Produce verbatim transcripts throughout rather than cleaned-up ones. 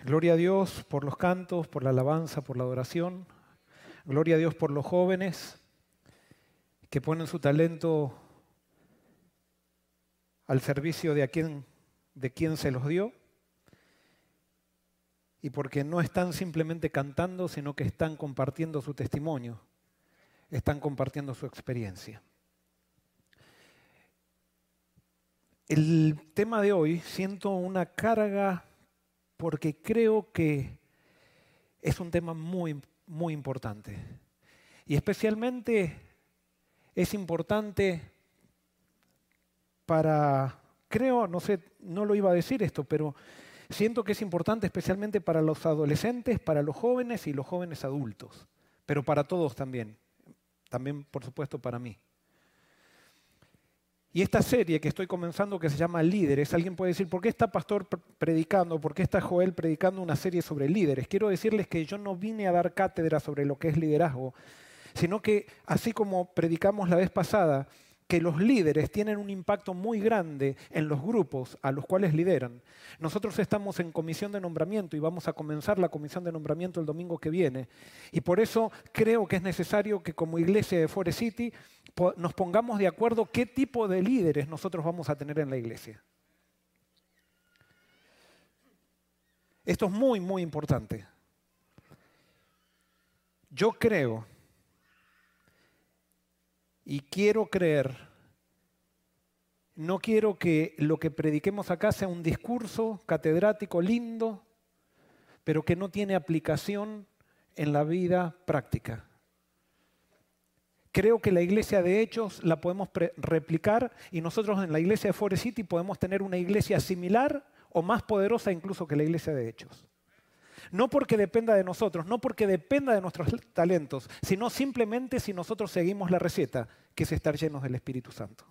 Gloria a Dios por los cantos, por la alabanza, por la adoración. Gloria a Dios por los jóvenes que ponen su talento al servicio de, a quien, de quien se los dio. Y porque no están simplemente cantando, sino que están compartiendo su testimonio, están compartiendo su experiencia. El tema de hoy, siento una carga porque creo que es un tema muy, muy importante. Y especialmente es importante para, creo, no sé, no lo iba a decir esto, pero siento que es importante especialmente para los adolescentes, para los jóvenes y los jóvenes adultos, pero para todos también, también por supuesto para mí. Y esta serie que estoy comenzando que se llama Líderes, alguien puede decir, ¿por qué está Pastor predicando? ¿Por qué está Joel predicando una serie sobre líderes? Quiero decirles que yo no vine a dar cátedra sobre lo que es liderazgo, sino que así como predicamos la vez pasada, que los líderes tienen un impacto muy grande en los grupos a los cuales lideran. Nosotros estamos en comisión de nombramiento y vamos a comenzar la comisión de nombramiento el domingo que viene. Y por eso creo que es necesario que como iglesia de Forest City nos pongamos de acuerdo qué tipo de líderes nosotros vamos a tener en la iglesia. Esto es muy, muy importante. Yo creo y quiero creer, no quiero que lo que prediquemos acá sea un discurso catedrático lindo, pero que no tiene aplicación en la vida práctica. Creo que la iglesia de Hechos la podemos replicar y nosotros en la iglesia de Forest City podemos tener una iglesia similar o más poderosa incluso que la iglesia de Hechos. No porque dependa de nosotros, no porque dependa de nuestros talentos, sino simplemente si nosotros seguimos la receta, que es estar llenos del Espíritu Santo.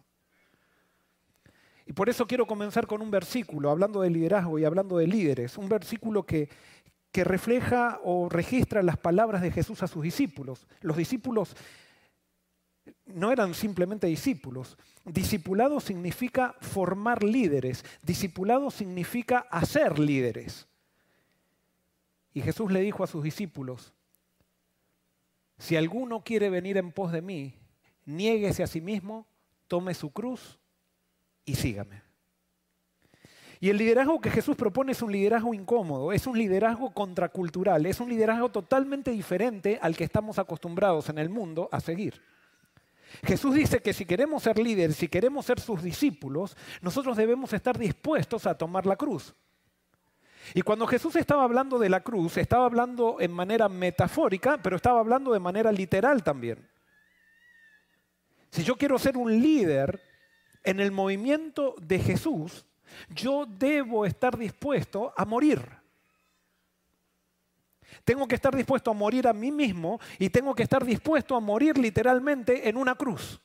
Y por eso quiero comenzar con un versículo, hablando de liderazgo y hablando de líderes, un versículo que, que refleja o registra las palabras de Jesús a sus discípulos. Los discípulos no eran simplemente discípulos. Discipulado significa formar líderes, discipulado significa hacer líderes. Y Jesús le dijo a sus discípulos, si alguno quiere venir en pos de mí, niéguese a sí mismo, tome su cruz y sígame. Y el liderazgo que Jesús propone es un liderazgo incómodo, es un liderazgo contracultural, es un liderazgo totalmente diferente al que estamos acostumbrados en el mundo a seguir. Jesús dice que si queremos ser líderes, si queremos ser sus discípulos, nosotros debemos estar dispuestos a tomar la cruz. Y cuando Jesús estaba hablando de la cruz, estaba hablando en manera metafórica, pero estaba hablando de manera literal también. Si yo quiero ser un líder en el movimiento de Jesús, yo debo estar dispuesto a morir. Tengo que estar dispuesto a morir a mí mismo y tengo que estar dispuesto a morir literalmente en una cruz.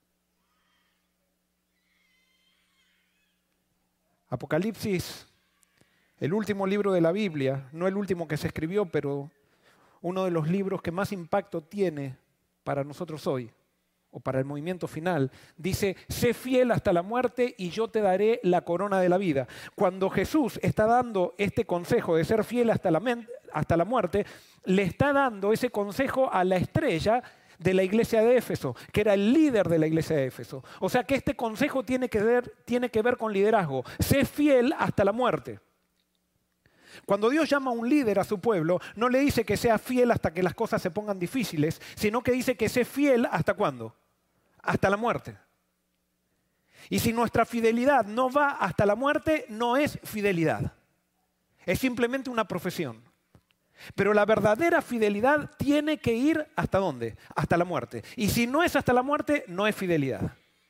Apocalipsis, el último libro de la Biblia, no el último que se escribió, pero uno de los libros que más impacto tiene para nosotros hoy, o para el movimiento final, dice, sé fiel hasta la muerte y yo te daré la corona de la vida. Cuando Jesús está dando este consejo de ser fiel hasta la, hasta la muerte, le está dando ese consejo a la estrella de la iglesia de Éfeso, que era el líder de la iglesia de Éfeso. O sea que este consejo tiene que ver, tiene que ver con liderazgo. Sé fiel hasta la muerte. Cuando Dios llama a un líder a su pueblo, no le dice que sea fiel hasta que las cosas se pongan difíciles, sino que dice que sea fiel ¿hasta cuándo? Hasta la muerte. Y si nuestra fidelidad no va hasta la muerte, no es fidelidad. Es simplemente una profesión. Pero la verdadera fidelidad tiene que ir ¿hasta dónde? Hasta la muerte. Y si no es hasta la muerte, no es fidelidad.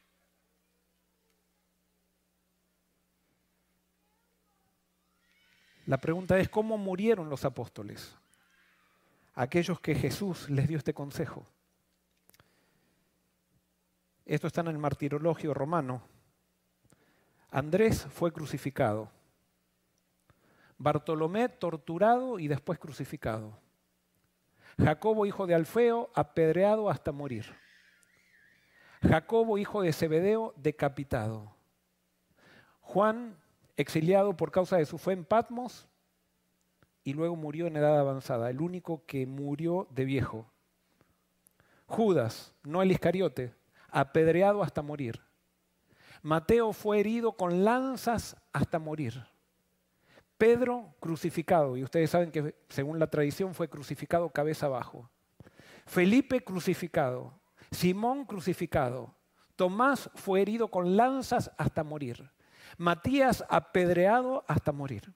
La pregunta es, ¿cómo murieron los apóstoles? Aquellos que Jesús les dio este consejo. Esto está en el martirologio romano. Andrés fue crucificado. Bartolomé torturado y después crucificado. Jacobo, hijo de Alfeo, apedreado hasta morir. Jacobo, hijo de Zebedeo, decapitado. Juan, exiliado por causa de su fe en Patmos, y luego murió en edad avanzada, el único que murió de viejo. Judas, no el Iscariote, apedreado hasta morir. Mateo fue herido con lanzas hasta morir. Pedro crucificado, y ustedes saben que según la tradición fue crucificado cabeza abajo. Felipe crucificado, Simón crucificado, Tomás fue herido con lanzas hasta morir. Matías apedreado hasta morir.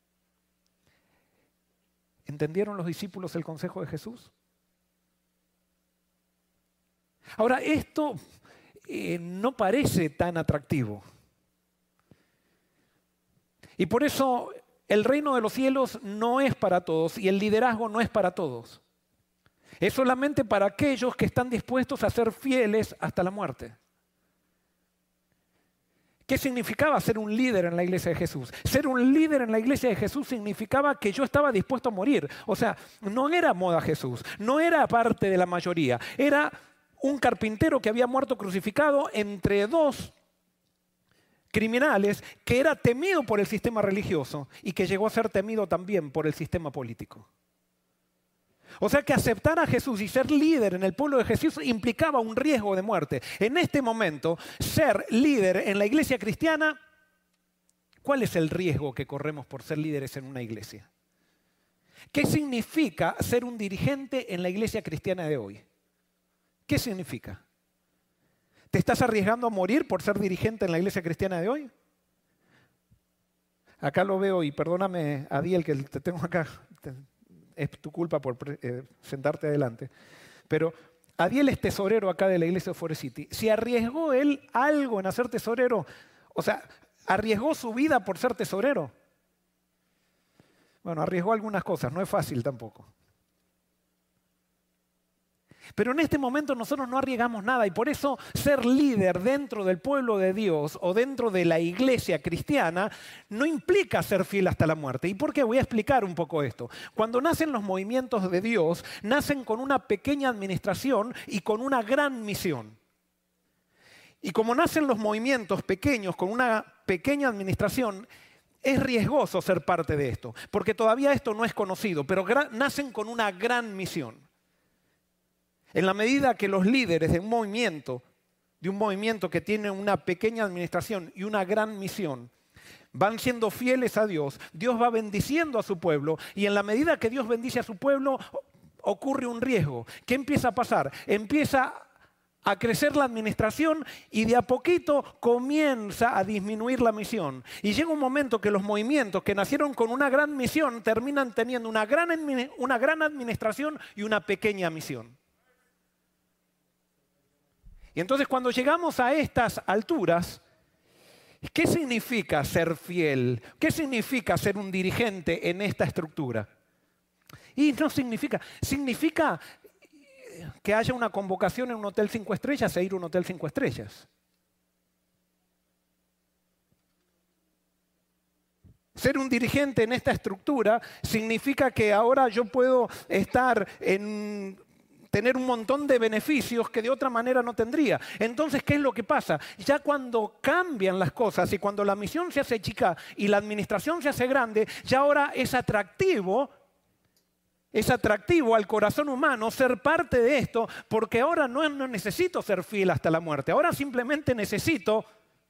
¿Entendieron los discípulos el consejo de Jesús? Ahora, esto eh, no parece tan atractivo. Y por eso el reino de los cielos no es para todos y el liderazgo no es para todos. Es solamente para aquellos que están dispuestos a ser fieles hasta la muerte. ¿Qué significaba ser un líder en la iglesia de Jesús? Ser un líder en la iglesia de Jesús significaba que yo estaba dispuesto a morir. O sea, no era moda Jesús, no era parte de la mayoría. Era un carpintero que había muerto crucificado entre dos criminales, que era temido por el sistema religioso y que llegó a ser temido también por el sistema político. O sea que aceptar a Jesús y ser líder en el pueblo de Jesús implicaba un riesgo de muerte. En este momento, ser líder en la iglesia cristiana, ¿cuál es el riesgo que corremos por ser líderes en una iglesia? ¿Qué significa ser un dirigente en la iglesia cristiana de hoy? ¿Qué significa? ¿Te estás arriesgando a morir por ser dirigente en la iglesia cristiana de hoy? Acá lo veo y perdóname, Adiel, que te tengo acá. Es tu culpa por eh, sentarte adelante. Pero Adiel es tesorero acá de la iglesia de Forest City. Si arriesgó él algo en hacer tesorero, o sea, arriesgó su vida por ser tesorero. Bueno, arriesgó algunas cosas, no es fácil tampoco. Pero en este momento nosotros no arriesgamos nada y por eso ser líder dentro del pueblo de Dios o dentro de la iglesia cristiana no implica ser fiel hasta la muerte. ¿Y por qué? Voy a explicar un poco esto. Cuando nacen los movimientos de Dios, nacen con una pequeña administración y con una gran misión. Y como nacen los movimientos pequeños con una pequeña administración, es riesgoso ser parte de esto, porque todavía esto no es conocido, pero nacen con una gran misión. En la medida que los líderes de un movimiento, de un movimiento que tiene una pequeña administración y una gran misión, van siendo fieles a Dios, Dios va bendiciendo a su pueblo y en la medida que Dios bendice a su pueblo, ocurre un riesgo. ¿Qué empieza a pasar? Empieza a crecer la administración y de a poquito comienza a disminuir la misión. Y llega un momento que los movimientos que nacieron con una gran misión terminan teniendo una gran, una gran administración y una pequeña misión. Y entonces cuando llegamos a estas alturas, ¿qué significa ser fiel? ¿Qué significa ser un dirigente en esta estructura? Y no significa, significa que haya una convocación en un hotel cinco estrellas e ir a un hotel cinco estrellas. Ser un dirigente en esta estructura significa que ahora yo puedo estar en... tener un montón de beneficios que de otra manera no tendría. Entonces, ¿qué es lo que pasa? Ya cuando cambian las cosas y cuando la misión se hace chica y la administración se hace grande, ya ahora es atractivo, es atractivo al corazón humano ser parte de esto, porque ahora no, no necesito ser fiel hasta la muerte, ahora simplemente necesito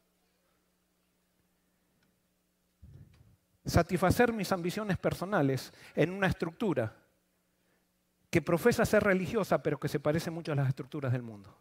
satisfacer mis ambiciones personales en una estructura que profesa ser religiosa, pero que se parece mucho a las estructuras del mundo.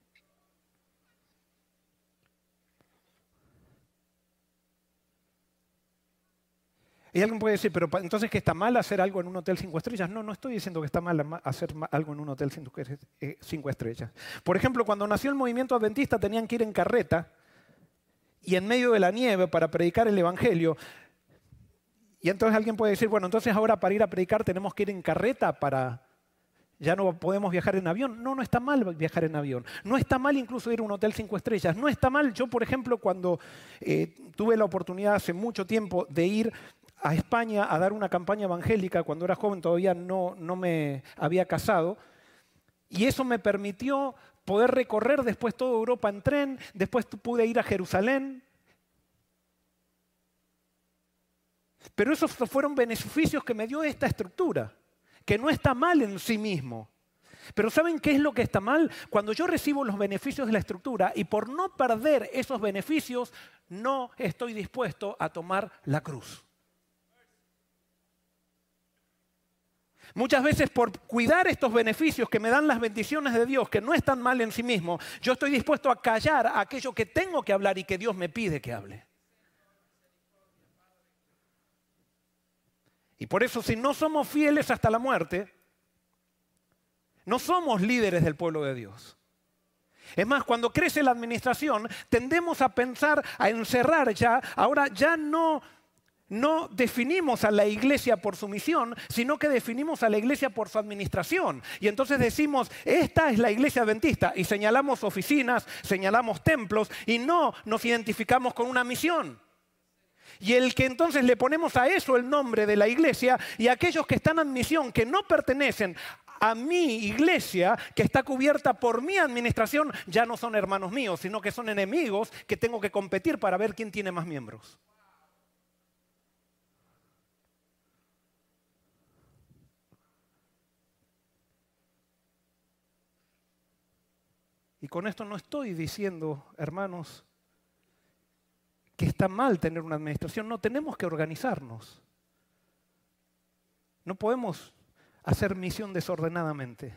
Y alguien puede decir, pero entonces ¿que está mal hacer algo en un hotel cinco estrellas? No, no estoy diciendo que está mal hacer algo en un hotel cinco estrellas. Por ejemplo, cuando nació el movimiento adventista tenían que ir en carreta y en medio de la nieve para predicar el evangelio. Y entonces alguien puede decir, bueno, entonces ahora para ir a predicar tenemos que ir en carreta para... ¿Ya no podemos viajar en avión? No, no está mal viajar en avión. No está mal incluso ir a un hotel cinco estrellas. No está mal, yo por ejemplo, cuando eh, tuve la oportunidad hace mucho tiempo de ir a España a dar una campaña evangélica, cuando era joven todavía no, no me había casado, y eso me permitió poder recorrer después toda Europa en tren, después pude ir a Jerusalén. Pero esos fueron beneficios que me dio esta estructura, que no está mal en sí mismo. Pero ¿saben qué es lo que está mal? Cuando yo recibo los beneficios de la estructura y por no perder esos beneficios, no estoy dispuesto a tomar la cruz. Muchas veces por cuidar estos beneficios que me dan las bendiciones de Dios, que no están mal en sí mismo, yo estoy dispuesto a callar aquello que tengo que hablar y que Dios me pide que hable. Y por eso, si no somos fieles hasta la muerte, no somos líderes del pueblo de Dios. Es más, cuando crece la administración, tendemos a pensar, a encerrar ya, ahora ya no, no definimos a la iglesia por su misión, sino que definimos a la iglesia por su administración. Y entonces decimos, esta es la iglesia adventista, y señalamos oficinas, señalamos templos, y no nos identificamos con una misión. Y el que entonces le ponemos a eso el nombre de la iglesia, y aquellos que están en misión, que no pertenecen a mi iglesia, que está cubierta por mi administración, ya no son hermanos míos, sino que son enemigos que tengo que competir para ver quién tiene más miembros. Y con esto no estoy diciendo, hermanos, que está mal tener una administración. No, tenemos que organizarnos. No podemos hacer misión desordenadamente.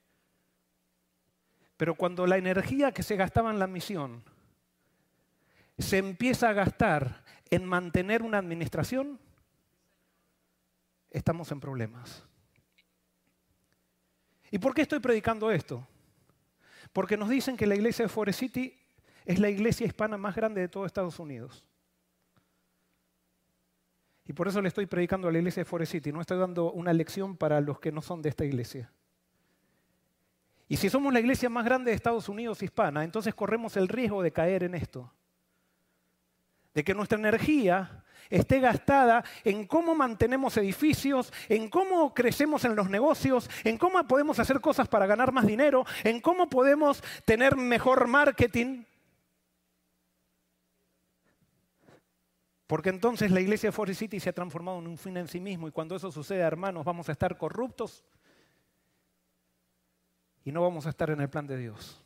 Pero cuando la energía que se gastaba en la misión se empieza a gastar en mantener una administración, estamos en problemas. ¿Y por qué estoy predicando esto? Porque nos dicen que la iglesia de Forest City es la iglesia hispana más grande de todo Estados Unidos. Y por eso le estoy predicando a la iglesia de Forest City. No estoy dando una lección para los que no son de esta iglesia. Y si somos la iglesia más grande de Estados Unidos hispana, entonces corremos el riesgo de caer en esto. De que nuestra energía esté gastada en cómo mantenemos edificios, en cómo crecemos en los negocios, en cómo podemos hacer cosas para ganar más dinero, en cómo podemos tener mejor marketing. Porque entonces la iglesia de Forest City se ha transformado en un fin en sí mismo, y cuando eso suceda, hermanos, vamos a estar corruptos y no vamos a estar en el plan de Dios.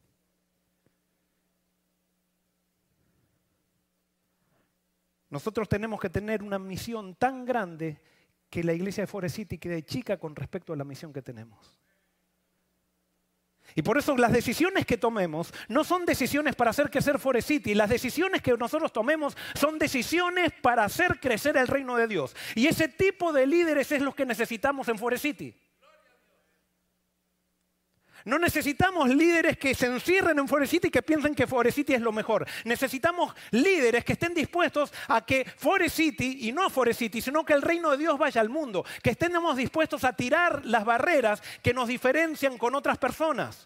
Nosotros tenemos que tener una misión tan grande que la iglesia de Forest City quede chica con respecto a la misión que tenemos. Y por eso las decisiones que tomemos no son decisiones para hacer crecer Forest City. Las decisiones que nosotros tomemos son decisiones para hacer crecer el reino de Dios. Y ese tipo de líderes es los que necesitamos en Forest City. No necesitamos líderes que se encierren en Forest City y que piensen que Forest City es lo mejor. Necesitamos líderes que estén dispuestos a que Forest City, y no Forest City, sino que el reino de Dios vaya al mundo. Que estemos dispuestos a tirar las barreras que nos diferencian con otras personas.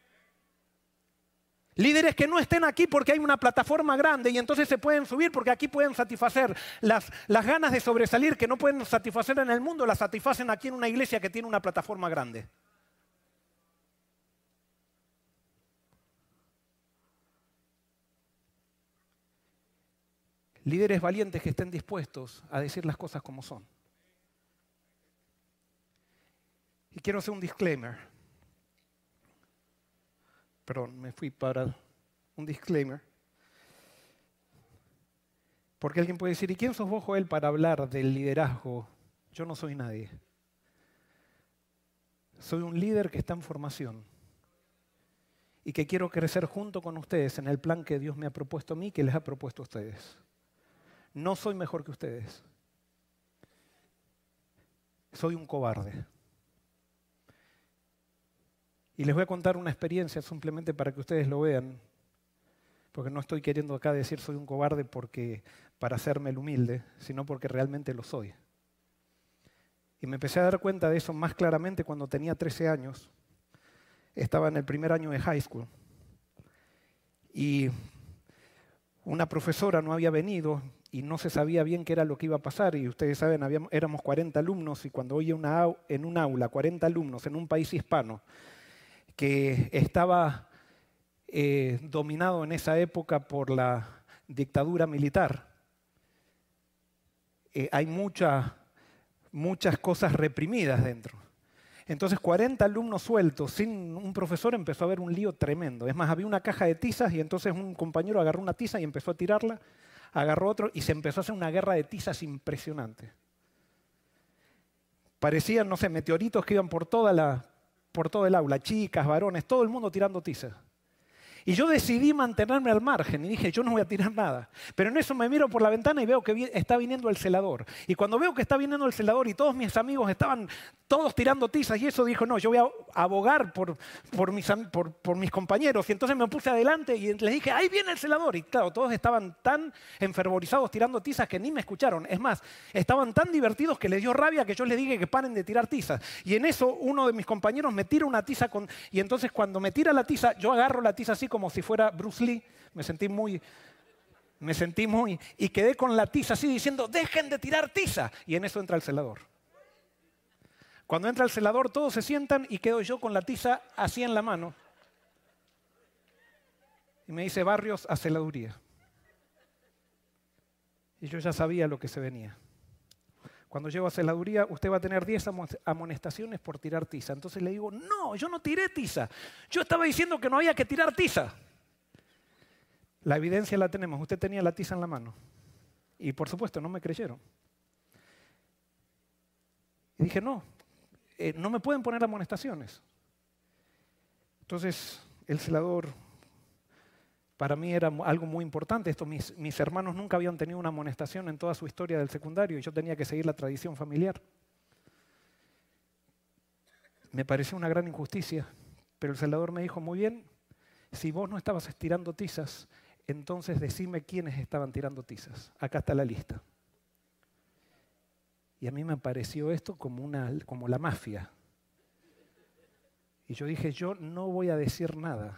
Líderes que no estén aquí porque hay una plataforma grande y entonces se pueden subir porque aquí pueden satisfacer las, las ganas de sobresalir que no pueden satisfacer en el mundo, las satisfacen aquí en una iglesia que tiene una plataforma grande. Líderes valientes que estén dispuestos a decir las cosas como son. Y quiero hacer un disclaimer. Perdón, me fui para un disclaimer. Porque alguien puede decir, ¿y quién sos vos, Joel, para hablar del liderazgo? Yo no soy nadie. Soy un líder que está en formación y que quiero crecer junto con ustedes en el plan que Dios me ha propuesto a mí y que les ha propuesto a ustedes. No soy mejor que ustedes. Soy un cobarde. Y les voy a contar una experiencia simplemente para que ustedes lo vean, porque no estoy queriendo acá decir soy un cobarde porque, para hacerme el humilde, sino porque realmente lo soy. Y me empecé a dar cuenta de eso más claramente cuando tenía trece años. Estaba en el primer año de high school. Y una profesora no había venido y no se sabía bien qué era lo que iba a pasar. Y ustedes saben, habíamos, éramos cuarenta alumnos y cuando oye una, en un aula cuarenta alumnos en un país hispano que estaba eh, dominado en esa época por la dictadura militar, eh, hay mucha, muchas cosas reprimidas dentro. Entonces cuarenta alumnos sueltos, sin un profesor, empezó a haber un lío tremendo. Es más, había una caja de tizas y entonces un compañero agarró una tiza y empezó a tirarla, agarró otro y se empezó a hacer una guerra de tizas impresionante. Parecían, no sé, meteoritos que iban por, toda la, por todo el aula, chicas, varones, todo el mundo tirando tizas. Y yo decidí mantenerme al margen y dije, yo no voy a tirar nada. Pero en eso me miro por la ventana y veo que está viniendo el celador. Y cuando veo que está viniendo el celador y todos mis amigos estaban todos tirando tizas y eso, dijo, no, yo voy a abogar por, por, mis, por, por mis compañeros. Y entonces me puse adelante y les dije, ahí viene el celador. Y claro, todos estaban tan enfervorizados tirando tizas que ni me escucharon. Es más, estaban tan divertidos que les dio rabia que yo les dije que paren de tirar tizas. Y en eso uno de mis compañeros me tira una tiza con... Y entonces cuando me tira la tiza, yo agarro la tiza así como si fuera Bruce Lee, me sentí muy, me sentí muy, y quedé con la tiza así diciendo, dejen de tirar tiza. Y en eso entra el celador. Cuando entra el celador, todos se sientan y quedo yo con la tiza así en la mano. Y me dice, Barrios, a celaduría. Y yo ya sabía lo que se venía. Cuando llego a celaduría, usted va a tener diez amonestaciones por tirar tiza. Entonces le digo, no, yo no tiré tiza. Yo estaba diciendo que no había que tirar tiza. La evidencia la tenemos. Usted tenía la tiza en la mano. Y por supuesto, no me creyeron. Y dije, no, eh, no me pueden poner amonestaciones. Entonces, el celador, para mí era algo muy importante. Esto, mis, mis hermanos nunca habían tenido una amonestación en toda su historia del secundario y yo tenía que seguir la tradición familiar. Me pareció una gran injusticia, pero el celador me dijo, muy bien, si vos no estabas tirando tizas, entonces decime quiénes estaban tirando tizas. Acá está la lista. Y a mí me pareció esto como, una, como la mafia. Y yo dije, yo no voy a decir nada.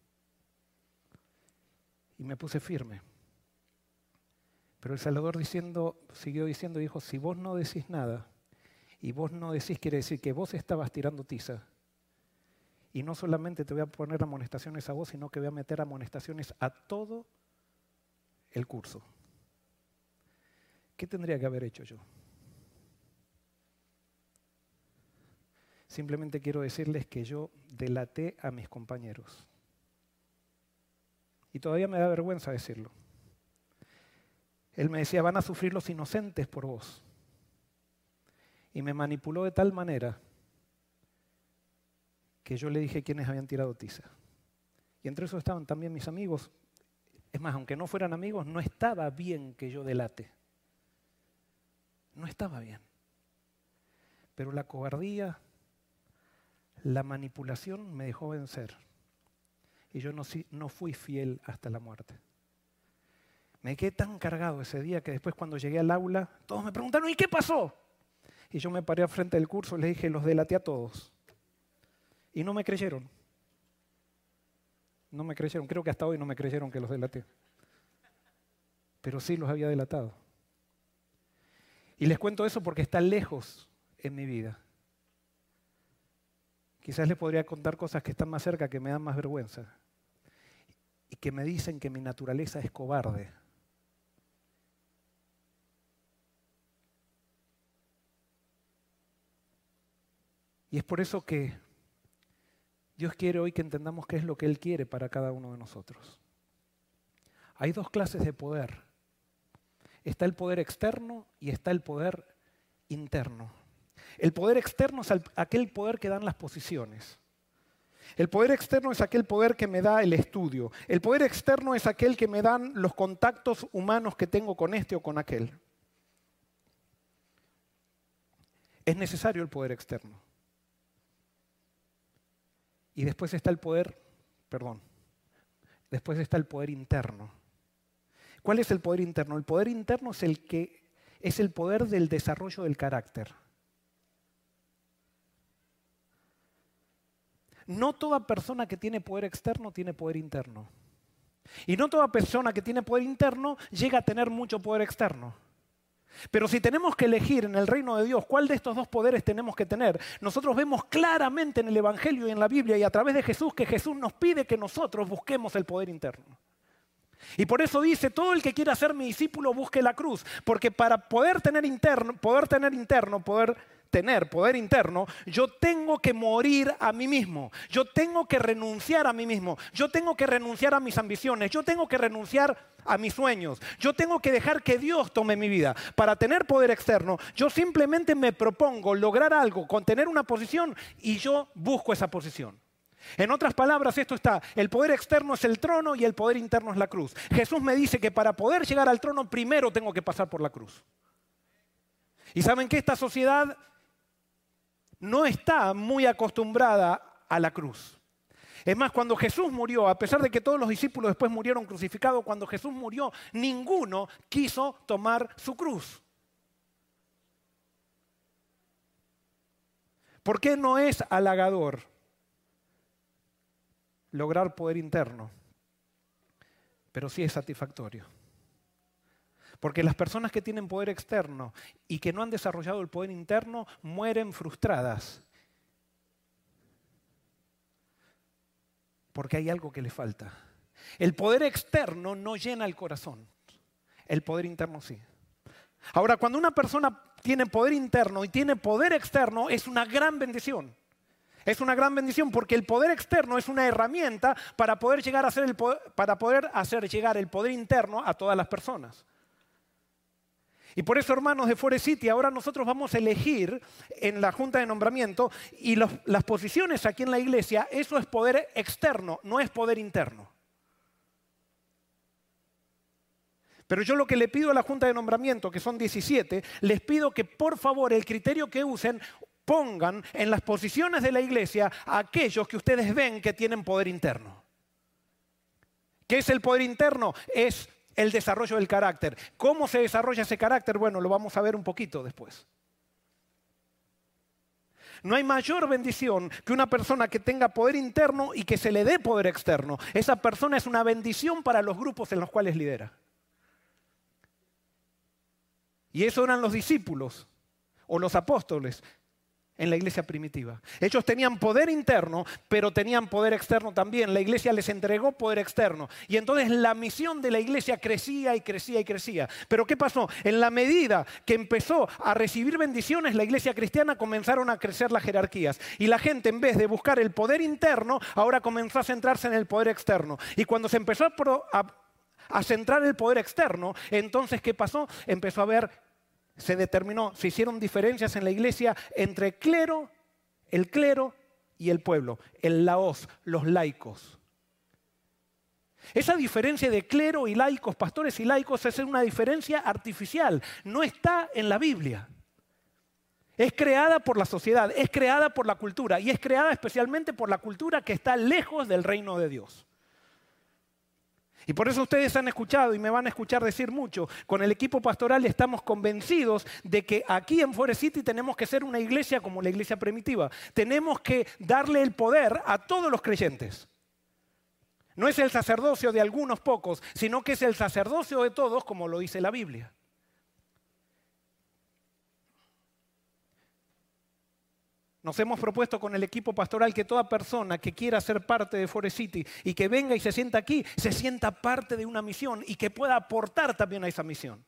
Y me puse firme. Pero el celador diciendo, siguió diciendo, dijo, si vos no decís nada, y vos no decís, quiere decir que vos estabas tirando tiza. Y no solamente te voy a poner amonestaciones a vos, sino que voy a meter amonestaciones a todo el curso. ¿Qué tendría que haber hecho yo? Simplemente quiero decirles que yo delaté a mis compañeros. Y todavía me da vergüenza decirlo. Él me decía, van a sufrir los inocentes por vos. Y me manipuló de tal manera que yo le dije quiénes habían tirado tiza. Y entre esos estaban también mis amigos. Es más, aunque no fueran amigos, no estaba bien que yo delate. No estaba bien. Pero la cobardía, la manipulación me dejó vencer. Y yo no, no fui fiel hasta la muerte. Me quedé tan cargado ese día que después cuando llegué al aula, todos me preguntaron, ¿y qué pasó? Y yo me paré al frente del curso y les dije, los delaté a todos. Y no me creyeron. No me creyeron. Creo que hasta hoy no me creyeron que los delaté. Pero sí los había delatado. Y les cuento eso porque está lejos en mi vida. Quizás les podría contar cosas que están más cerca, que me dan más vergüenza. Y que me dicen que mi naturaleza es cobarde. Y es por eso que Dios quiere hoy que entendamos qué es lo que Él quiere para cada uno de nosotros. Hay dos clases de poder. Está el poder externo y está el poder interno. El poder externo es aquel poder que dan las posiciones. El poder externo es aquel poder que me da el estudio. El poder externo es aquel que me dan los contactos humanos que tengo con este o con aquel. Es necesario el poder externo. Y después está el poder, perdón, después está el poder interno. ¿Cuál es el poder interno? El poder interno es el que es el poder del desarrollo del carácter. No toda persona que tiene poder externo tiene poder interno. Y no toda persona que tiene poder interno llega a tener mucho poder externo. Pero si tenemos que elegir en el reino de Dios cuál de estos dos poderes tenemos que tener, nosotros vemos claramente en el Evangelio y en la Biblia y a través de Jesús que Jesús nos pide que nosotros busquemos el poder interno. Y por eso dice, todo el que quiera ser mi discípulo busque la cruz. Porque para poder tener interno, poder tener interno, poder tener poder interno, yo tengo que morir a mí mismo. Yo tengo que renunciar a mí mismo. Yo tengo que renunciar a mis ambiciones. Yo tengo que renunciar a mis sueños. Yo tengo que dejar que Dios tome mi vida. Para tener poder externo, yo simplemente me propongo lograr algo, con tener una posición y yo busco esa posición. En otras palabras, esto está, el poder externo es el trono y el poder interno es la cruz. Jesús me dice que para poder llegar al trono primero tengo que pasar por la cruz. Y saben que esta sociedad no está muy acostumbrada a la cruz. Es más, cuando Jesús murió, a pesar de que todos los discípulos después murieron crucificados, cuando Jesús murió, ninguno quiso tomar su cruz. ¿Por qué no es halagador lograr poder interno? Pero sí es satisfactorio. Porque las personas que tienen poder externo y que no han desarrollado el poder interno mueren frustradas. Porque hay algo que les falta. El poder externo no llena el corazón. El poder interno sí. Ahora, cuando una persona tiene poder interno y tiene poder externo, es una gran bendición. Es una gran bendición porque el poder externo es una herramienta para poder llegar a hacer el poder, para poder hacer llegar el poder interno a todas las personas. Y por eso, hermanos de Forest City, ahora nosotros vamos a elegir en la Junta de Nombramiento y los, las posiciones aquí en la iglesia, eso es poder externo, no es poder interno. Pero yo lo que le pido a la Junta de Nombramiento, que son diecisiete, les pido que por favor el criterio que usen pongan en las posiciones de la iglesia a aquellos que ustedes ven que tienen poder interno. ¿Qué es el poder interno? Es el desarrollo del carácter. ¿Cómo se desarrolla ese carácter? Bueno, lo vamos a ver un poquito después. No hay mayor bendición que una persona que tenga poder interno y que se le dé poder externo. Esa persona es una bendición para los grupos en los cuales lidera. Y eso eran los discípulos o los apóstoles en la iglesia primitiva. Ellos tenían poder interno, pero tenían poder externo también. La iglesia les entregó poder externo. Y entonces la misión de la iglesia crecía y crecía y crecía. Pero ¿qué pasó? En la medida que empezó a recibir bendiciones, la iglesia cristiana comenzaron a crecer las jerarquías. Y la gente, en vez de buscar el poder interno, ahora comenzó a centrarse en el poder externo. Y cuando se empezó a, pro, a, a centrar el poder externo, entonces ¿qué pasó? Empezó a haber... Se determinó, se hicieron diferencias en la iglesia entre clero, el clero y el pueblo, el laos, los laicos. Esa diferencia de clero y laicos, pastores y laicos, es una diferencia artificial, no está en la Biblia. Es creada por la sociedad, es creada por la cultura y es creada especialmente por la cultura que está lejos del reino de Dios. Y por eso ustedes han escuchado y me van a escuchar decir mucho, con el equipo pastoral estamos convencidos de que aquí en Forest City tenemos que ser una iglesia como la iglesia primitiva. Tenemos que darle el poder a todos los creyentes. No es el sacerdocio de algunos pocos, sino que es el sacerdocio de todos, como lo dice la Biblia. Nos hemos propuesto con el equipo pastoral que toda persona que quiera ser parte de Forest City y que venga y se sienta aquí, se sienta parte de una misión y que pueda aportar también a esa misión.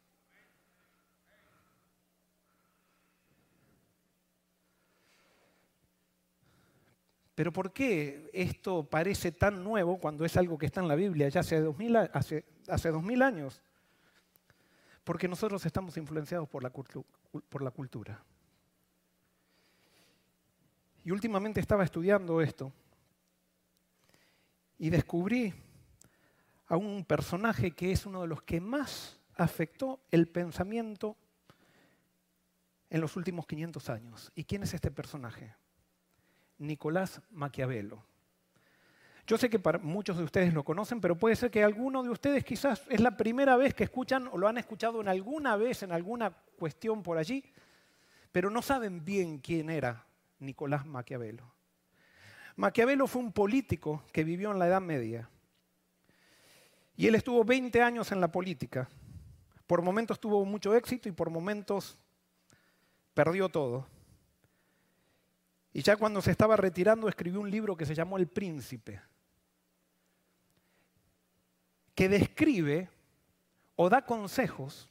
Pero ¿por qué esto parece tan nuevo cuando es algo que está en la Biblia ya hace dos mil, hace, hace dos mil años? Porque nosotros estamos influenciados por la, por la cultura. Y últimamente estaba estudiando esto y descubrí a un personaje que es uno de los que más afectó el pensamiento en los últimos quinientos años. ¿Y quién es este personaje? Nicolás Maquiavelo. Yo sé que para muchos de ustedes lo conocen, pero puede ser que alguno de ustedes quizás es la primera vez que escuchan o lo han escuchado en alguna vez, en alguna cuestión por allí, pero no saben bien quién era Nicolás Maquiavelo. Maquiavelo fue un político que vivió en la Edad Media. Y él estuvo veinte años en la política. Por momentos tuvo mucho éxito y por momentos perdió todo. Y ya cuando se estaba retirando escribió un libro que se llamó El Príncipe, que describe o da consejos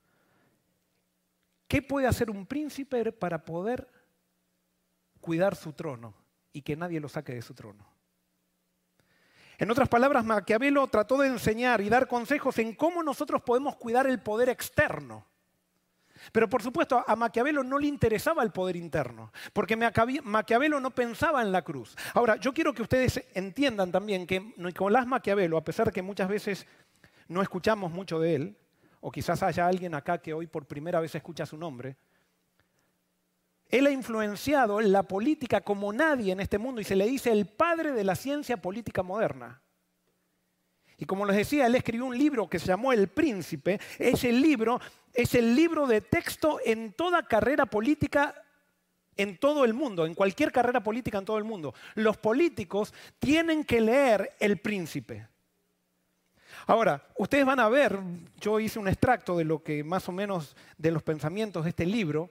qué puede hacer un príncipe para poder cuidar su trono y que nadie lo saque de su trono. En otras palabras, Maquiavelo trató de enseñar y dar consejos en cómo nosotros podemos cuidar el poder externo. Pero por supuesto a Maquiavelo no le interesaba el poder interno, porque Maquiavelo no pensaba en la cruz. Ahora, yo quiero que ustedes entiendan también que Nicolás Maquiavelo, a pesar de que muchas veces no escuchamos mucho de él, o quizás haya alguien acá que hoy por primera vez escucha su nombre, él ha influenciado la política como nadie en este mundo y se le dice el padre de la ciencia política moderna. Y como les decía, él escribió un libro que se llamó El Príncipe. Ese libro es el libro de texto en toda carrera política en todo el mundo, en cualquier carrera política en todo el mundo. Los políticos tienen que leer El Príncipe. Ahora, ustedes van a ver, yo hice un extracto de lo que más o menos de los pensamientos de este libro.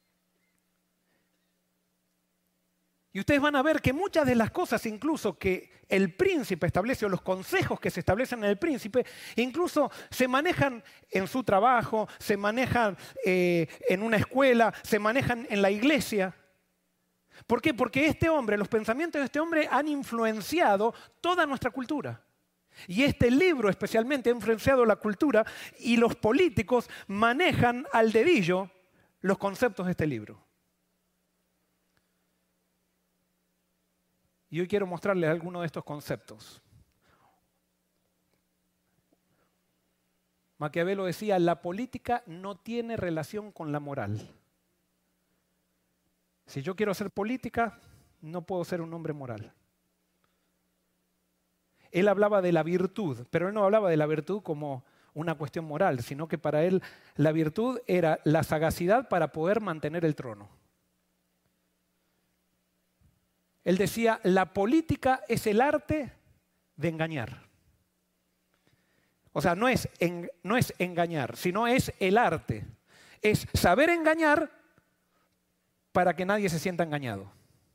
Y ustedes van a ver que muchas de las cosas incluso que el príncipe establece o los consejos que se establecen en el príncipe, incluso se manejan en su trabajo, se manejan eh, en una escuela, se manejan en la iglesia. ¿Por qué? Porque este hombre, los pensamientos de este hombre han influenciado toda nuestra cultura. Y este libro especialmente ha influenciado la cultura y los políticos manejan al dedillo los conceptos de este libro. Y hoy quiero mostrarles algunos de estos conceptos. Maquiavelo decía, la política no tiene relación con la moral. Si yo quiero hacer política, no puedo ser un hombre moral. Él hablaba de la virtud, pero él no hablaba de la virtud como una cuestión moral, sino que para él la virtud era la sagacidad para poder mantener el trono. Él decía, la política es el arte de engañar. O sea, no es, en, no es engañar, sino es el arte. Es saber engañar para que nadie se sienta engañado.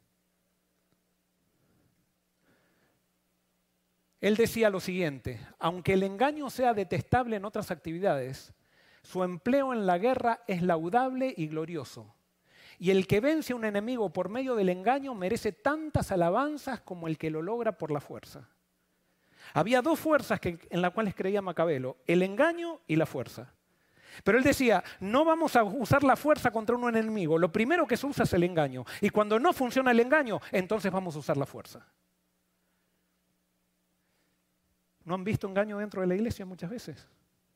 Él decía lo siguiente, aunque el engaño sea detestable en otras actividades, su empleo en la guerra es laudable y glorioso. Y el que vence a un enemigo por medio del engaño merece tantas alabanzas como el que lo logra por la fuerza. Había dos fuerzas que, en las cuales creía Maquiavelo, el engaño y la fuerza. Pero él decía, no vamos a usar la fuerza contra un enemigo, lo primero que se usa es el engaño. Y cuando no funciona el engaño, entonces vamos a usar la fuerza. ¿No han visto engaño dentro de la iglesia muchas veces?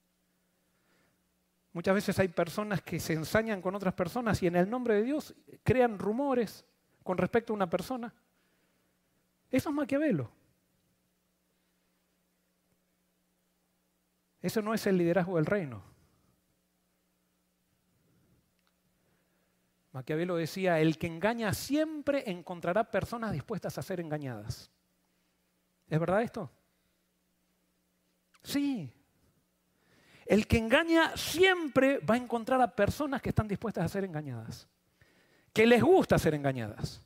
Muchas veces hay personas que se ensañan con otras personas y en el nombre de Dios crean rumores con respecto a una persona. Eso es Maquiavelo. Eso no es el liderazgo del reino. Maquiavelo decía, el que engaña siempre encontrará personas dispuestas a ser engañadas. ¿Es verdad esto? Sí. El que engaña siempre va a encontrar a personas que están dispuestas a ser engañadas, que les gusta ser engañadas.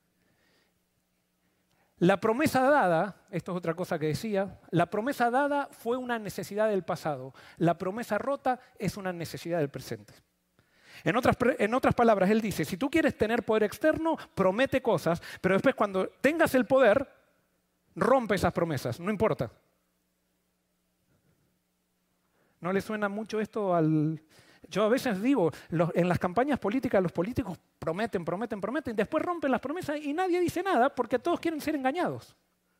La promesa dada, esto es otra cosa que decía, la promesa dada fue una necesidad del pasado, la promesa rota es una necesidad del presente. En otras, en otras palabras, él dice, si tú quieres tener poder externo, promete cosas, pero después cuando tengas el poder, rompe esas promesas, no importa. ¿No le suena mucho esto al...? Yo a veces digo, los, en las campañas políticas los políticos prometen, prometen, prometen, después rompen las promesas y nadie dice nada porque todos quieren ser engañados.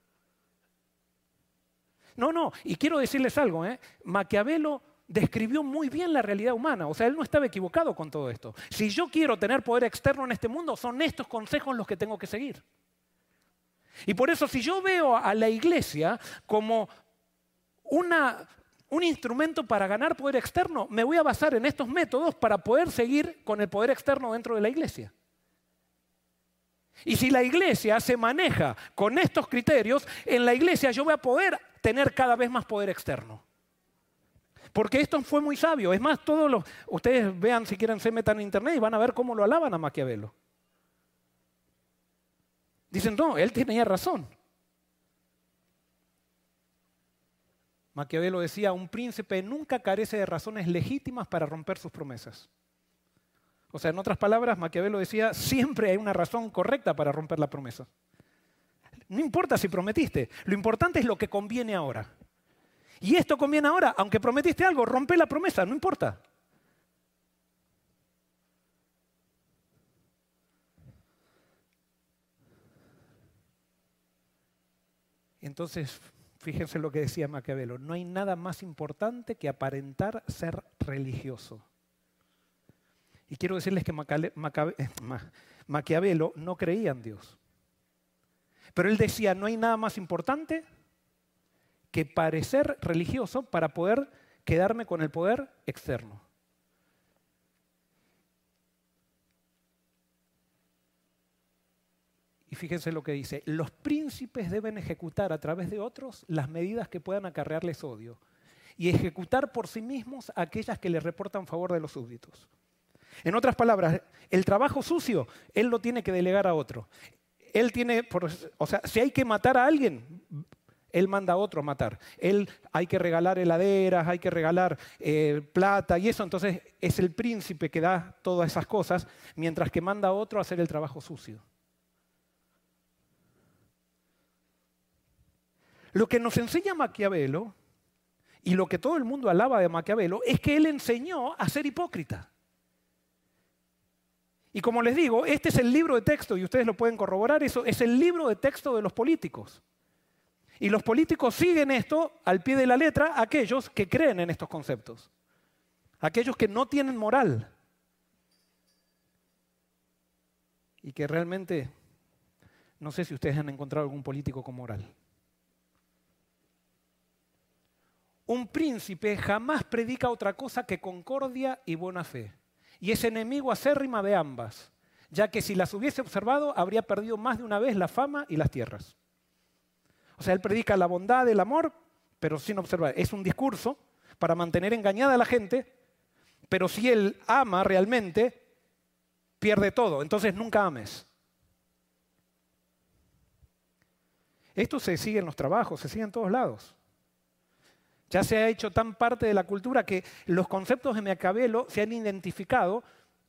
No, no, y quiero decirles algo, ¿eh? Maquiavelo describió muy bien la realidad humana, o sea, él no estaba equivocado con todo esto. Si yo quiero tener poder externo en este mundo, son estos consejos los que tengo que seguir. Y por eso, si yo veo a la iglesia como una... un instrumento para ganar poder externo, me voy a basar en estos métodos para poder seguir con el poder externo dentro de la iglesia. Y si la iglesia se maneja con estos criterios, en la iglesia yo voy a poder tener cada vez más poder externo. Porque esto fue muy sabio. Es más, todos los, ustedes vean si quieren se metan en internet y van a ver cómo lo alaban a Maquiavelo. Dicen, no, él tenía razón. Maquiavelo decía, un príncipe nunca carece de razones legítimas para romper sus promesas. O sea, en otras palabras, Maquiavelo decía, siempre hay una razón correcta para romper la promesa. No importa si prometiste, lo importante es lo que conviene ahora. Y esto conviene ahora, aunque prometiste algo, rompe la promesa, no importa. Entonces, fíjense lo que decía Maquiavelo, no hay nada más importante que aparentar ser religioso. Y quiero decirles que Maquiavelo no creía en Dios. Pero él decía, no hay nada más importante que parecer religioso para poder quedarme con el poder externo. Y fíjense lo que dice, los príncipes deben ejecutar a través de otros las medidas que puedan acarrearles odio y ejecutar por sí mismos aquellas que les reportan favor de los súbditos. En otras palabras, el trabajo sucio, él lo tiene que delegar a otro. Él tiene, por, o sea, si hay que matar a alguien, él manda a otro a matar. Él hay que regalar heladeras, hay que regalar eh, plata y eso, entonces es el príncipe que da todas esas cosas, mientras que manda a otro a hacer el trabajo sucio. Lo que nos enseña Maquiavelo, y lo que todo el mundo alaba de Maquiavelo, es que él enseñó a ser hipócrita. Y como les digo, este es el libro de texto, y ustedes lo pueden corroborar, eso es el libro de texto de los políticos. Y los políticos siguen esto al pie de la letra, aquellos que creen en estos conceptos. Aquellos que no tienen moral. Y que realmente, no sé si ustedes han encontrado algún político con moral. Un príncipe jamás predica otra cosa que concordia y buena fe. Y es enemigo acérrima de ambas, ya que si las hubiese observado, habría perdido más de una vez la fama y las tierras. O sea, él predica la bondad, el amor, pero sin observar. Es un discurso para mantener engañada a la gente, pero si él ama realmente, pierde todo. Entonces nunca ames. Esto se sigue en los trabajos, se sigue en todos lados. Ya se ha hecho tan parte de la cultura que los conceptos de Maquiavelo se han identificado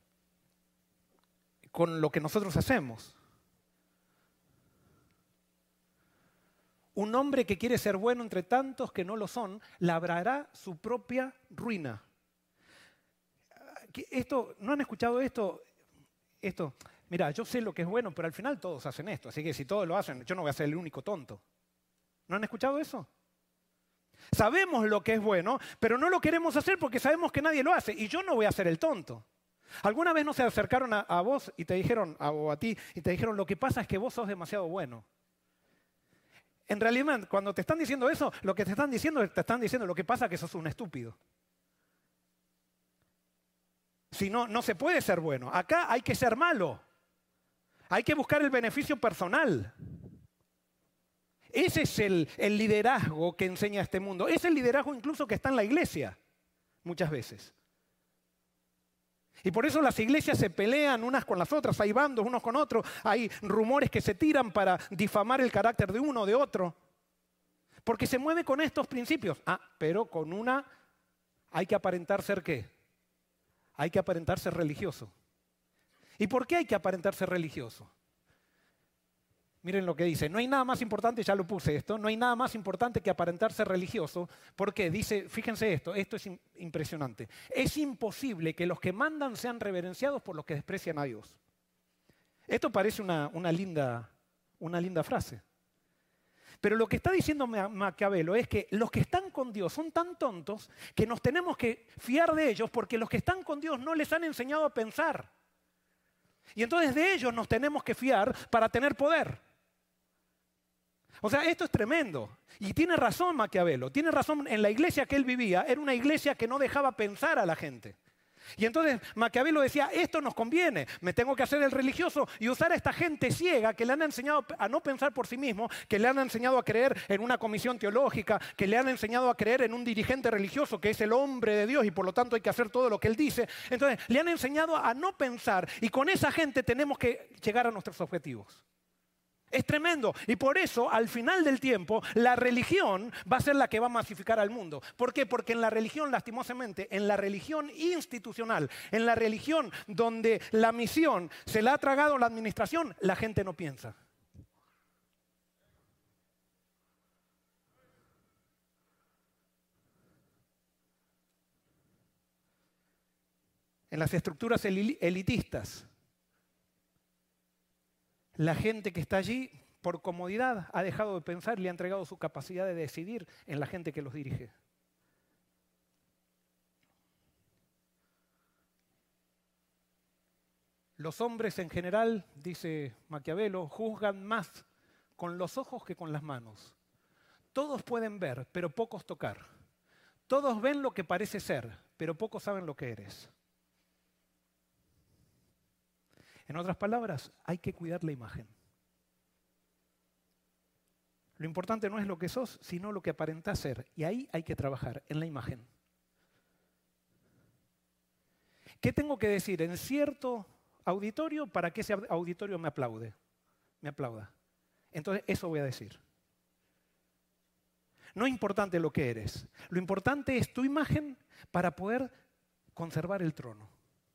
con lo que nosotros hacemos. Un hombre que quiere ser bueno entre tantos que no lo son, labrará su propia ruina. Esto, ¿no han escuchado esto? Esto, mira, yo sé lo que es bueno, pero al final todos hacen esto, así que si todos lo hacen, yo no voy a ser el único tonto. ¿No han escuchado eso? Sabemos lo que es bueno, pero no lo queremos hacer porque sabemos que nadie lo hace. Y yo no voy a ser el tonto. ¿Alguna vez no se acercaron a, a vos y te dijeron, a, o a ti, y te dijeron, lo que pasa es que vos sos demasiado bueno? En realidad, cuando te están diciendo eso, lo que te están diciendo, te están diciendo lo que pasa es que sos un estúpido. Si no, no se puede ser bueno. Acá hay que ser malo. Hay que buscar el beneficio personal. Ese es el, el liderazgo que enseña este mundo. Es el liderazgo incluso que está en la iglesia, muchas veces. Y por eso las iglesias se pelean unas con las otras, hay bandos unos con otros, hay rumores que se tiran para difamar el carácter de uno o de otro. Porque se mueve con estos principios. Ah, pero con una hay que aparentar ser ¿qué? Hay que aparentar ser religioso. ¿Y por qué hay que aparentar ser religioso? Miren lo que dice, no hay nada más importante, ya lo puse esto, no hay nada más importante que aparentar ser religioso, porque dice, fíjense esto, esto es impresionante, es imposible que los que mandan sean reverenciados por los que desprecian a Dios. Esto parece una, una, linda, una linda frase. Pero lo que está diciendo Maquiavelo es que los que están con Dios son tan tontos que nos tenemos que fiar de ellos porque los que están con Dios no les han enseñado a pensar. Y entonces de ellos nos tenemos que fiar para tener poder. O sea, esto es tremendo. Y tiene razón Maquiavelo, tiene razón en la iglesia que él vivía, era una iglesia que no dejaba pensar a la gente. Y entonces Maquiavelo decía, esto nos conviene, me tengo que hacer el religioso y usar a esta gente ciega que le han enseñado a no pensar por sí mismo, que le han enseñado a creer en una comisión teológica, que le han enseñado a creer en un dirigente religioso que es el hombre de Dios y por lo tanto hay que hacer todo lo que él dice. Entonces le han enseñado a no pensar y con esa gente tenemos que llegar a nuestros objetivos. Es tremendo. Y por eso, al final del tiempo, la religión va a ser la que va a masificar al mundo. ¿Por qué? Porque en la religión, lastimosamente, en la religión institucional, en la religión donde la misión se la ha tragado la administración, la gente no piensa. En las estructuras elitistas, la gente que está allí, por comodidad, ha dejado de pensar y le ha entregado su capacidad de decidir en la gente que los dirige. Los hombres en general, dice Maquiavelo, juzgan más con los ojos que con las manos. Todos pueden ver, pero pocos tocar. Todos ven lo que parece ser, pero pocos saben lo que eres. En otras palabras, hay que cuidar la imagen. Lo importante no es lo que sos, sino lo que aparentás ser. Y ahí hay que trabajar, en la imagen. ¿Qué tengo que decir en cierto auditorio para que ese auditorio me aplaude? Me aplauda. Entonces, eso voy a decir. No es importante lo que eres. Lo importante es tu imagen para poder conservar el trono.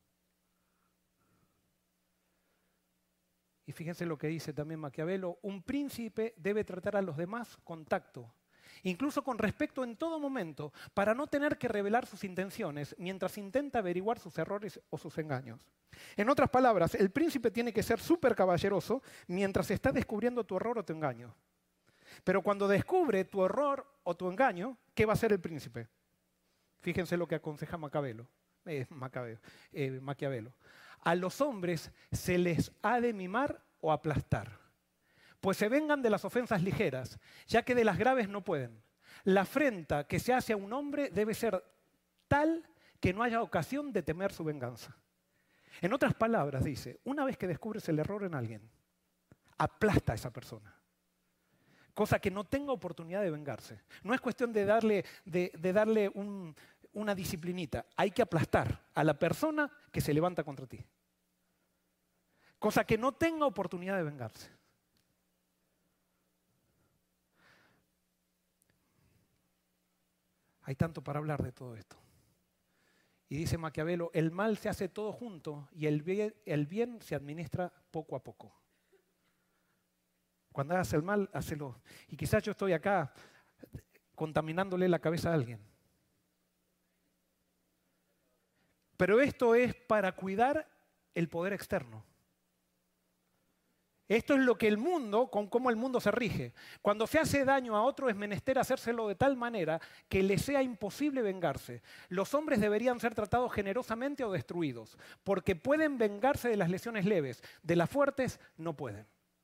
Y fíjense lo que dice también Maquiavelo, un príncipe debe tratar a los demás con tacto, incluso con respeto en todo momento, para no tener que revelar sus intenciones mientras intenta averiguar sus errores o sus engaños. En otras palabras, el príncipe tiene que ser súper caballeroso mientras está descubriendo tu error o tu engaño. Pero cuando descubre tu error o tu engaño, ¿qué va a hacer el príncipe? Fíjense lo que aconseja Maquiavelo. Eh, Maquiavelo, eh, Maquiavelo. A los hombres se les ha de mimar o aplastar, pues se vengan de las ofensas ligeras, ya que de las graves no pueden. La afrenta que se hace a un hombre debe ser tal que no haya ocasión de temer su venganza. En otras palabras, dice, una vez que descubres el error en alguien, aplasta a esa persona. Cosa que no tenga oportunidad de vengarse. No es cuestión de darle, de, de darle un, una disciplinita. Hay que aplastar a la persona que se levanta contra ti. Cosa que no tenga oportunidad de vengarse. Hay tanto para hablar de todo esto. Y dice Maquiavelo, el mal se hace todo junto y el bien, el bien se administra poco a poco. Cuando hagas el mal, hácelo. Y quizás yo estoy acá contaminándole la cabeza a alguien. Pero esto es para cuidar el poder externo. Esto es lo que el mundo, con cómo el mundo se rige. Cuando se hace daño a otro es menester hacérselo de tal manera que le sea imposible vengarse. Los hombres deberían ser tratados generosamente o destruidos, porque pueden vengarse de las lesiones leves, de las fuertes no pueden.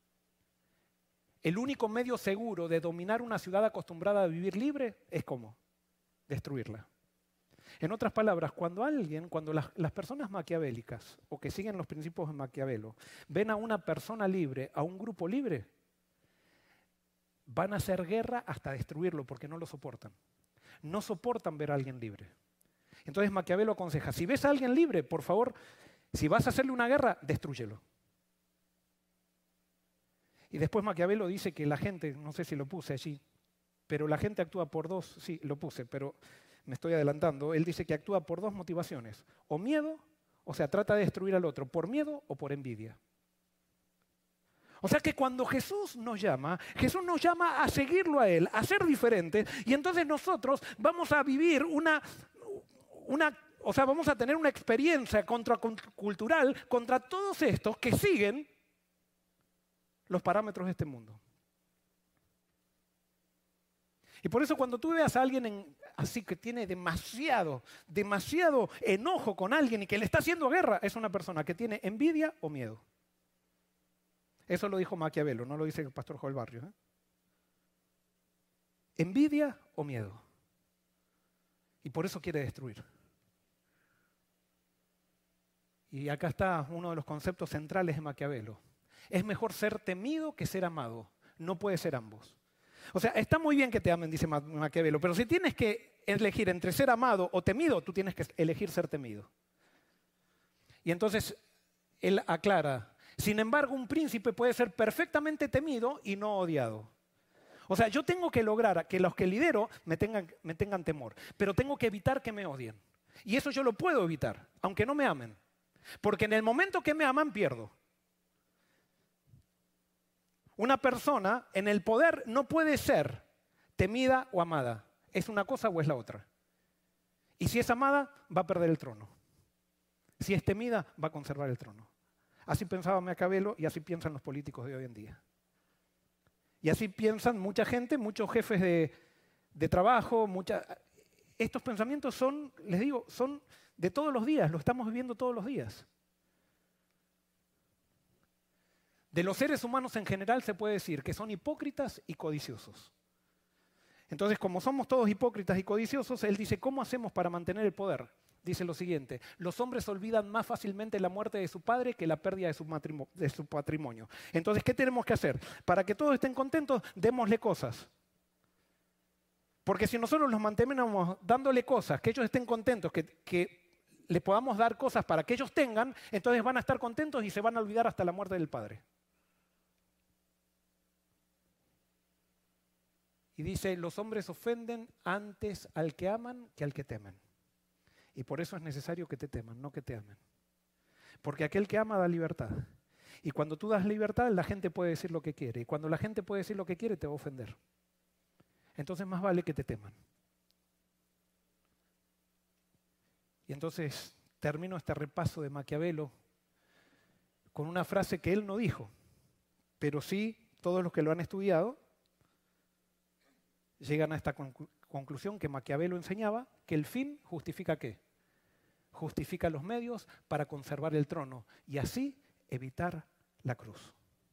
El único medio seguro de dominar una ciudad acostumbrada a vivir libre es ¿cómo? Destruirla. En otras palabras, cuando alguien, cuando las, las personas maquiavélicas o que siguen los principios de Maquiavelo ven a una persona libre, a un grupo libre, van a hacer guerra hasta destruirlo porque no lo soportan. No soportan ver a alguien libre. Entonces Maquiavelo aconseja, si ves a alguien libre, por favor, si vas a hacerle una guerra, destrúyelo. Y después Maquiavelo dice que la gente, no sé si lo puse allí, pero la gente actúa por dos, sí, lo puse, pero me estoy adelantando. Él dice que actúa por dos motivaciones, o miedo, o sea, trata de destruir al otro, por miedo o por envidia. O sea que cuando Jesús nos llama, Jesús nos llama a seguirlo a Él, a ser diferentes, y entonces nosotros vamos a vivir una, una o sea, vamos a tener una experiencia contracultural contra todos estos que siguen los parámetros de este mundo. Y por eso cuando tú veas a alguien en, así que tiene demasiado, demasiado enojo con alguien y que le está haciendo guerra, es una persona que tiene envidia o miedo. Eso lo dijo Maquiavelo, no lo dice el pastor Joel Barrios. ¿eh? Envidia o miedo. Y por eso quiere destruir. Y acá está uno de los conceptos centrales de Maquiavelo. Es mejor ser temido que ser amado. No puede ser ambos. O sea, está muy bien que te amen, dice Maquiavelo, pero si tienes que elegir entre ser amado o temido, tú tienes que elegir ser temido. Y entonces él aclara, Sin embargo, un príncipe puede ser perfectamente temido y no odiado. O sea, yo tengo que lograr que los que lidero me tengan, me tengan temor, pero tengo que evitar que me odien. Y eso yo lo puedo evitar, aunque no me amen. Porque en el momento que me aman, pierdo. Una persona en el poder no puede ser temida o amada. Es una cosa o es la otra. Y si es amada, va a perder el trono. Si es temida, va a conservar el trono. Así pensaba Maquiavelo y así piensan los políticos de hoy en día. Y así piensan mucha gente, muchos jefes de, de trabajo. Mucha... Estos pensamientos son, les digo, son de todos los días, lo estamos viviendo todos los días. De los seres humanos en general se puede decir que son hipócritas y codiciosos. Entonces, como somos todos hipócritas y codiciosos, él dice, ¿cómo hacemos para mantener el poder? Dice lo siguiente, los hombres olvidan más fácilmente la muerte de su padre que la pérdida de su, de su patrimonio. Entonces, ¿qué tenemos que hacer? Para que todos estén contentos, démosle cosas. Porque si nosotros los mantenemos dándole cosas, que ellos estén contentos, que, que les podamos dar cosas para que ellos tengan, entonces van a estar contentos y se van a olvidar hasta la muerte del padre. Y dice, los hombres ofenden antes al que aman que al que temen. Y por eso es necesario que te teman, no que te amen. Porque aquel que ama da libertad. Y cuando tú das libertad, la gente puede decir lo que quiere. Y cuando la gente puede decir lo que quiere, te va a ofender. Entonces más vale que te teman. Y entonces termino este repaso de Maquiavelo con una frase que él no dijo, pero sí todos los que lo han estudiado llegan a esta conclu- conclusión que Maquiavelo enseñaba, que el fin justifica ¿qué? Justifica los medios para conservar el trono y así evitar la cruz.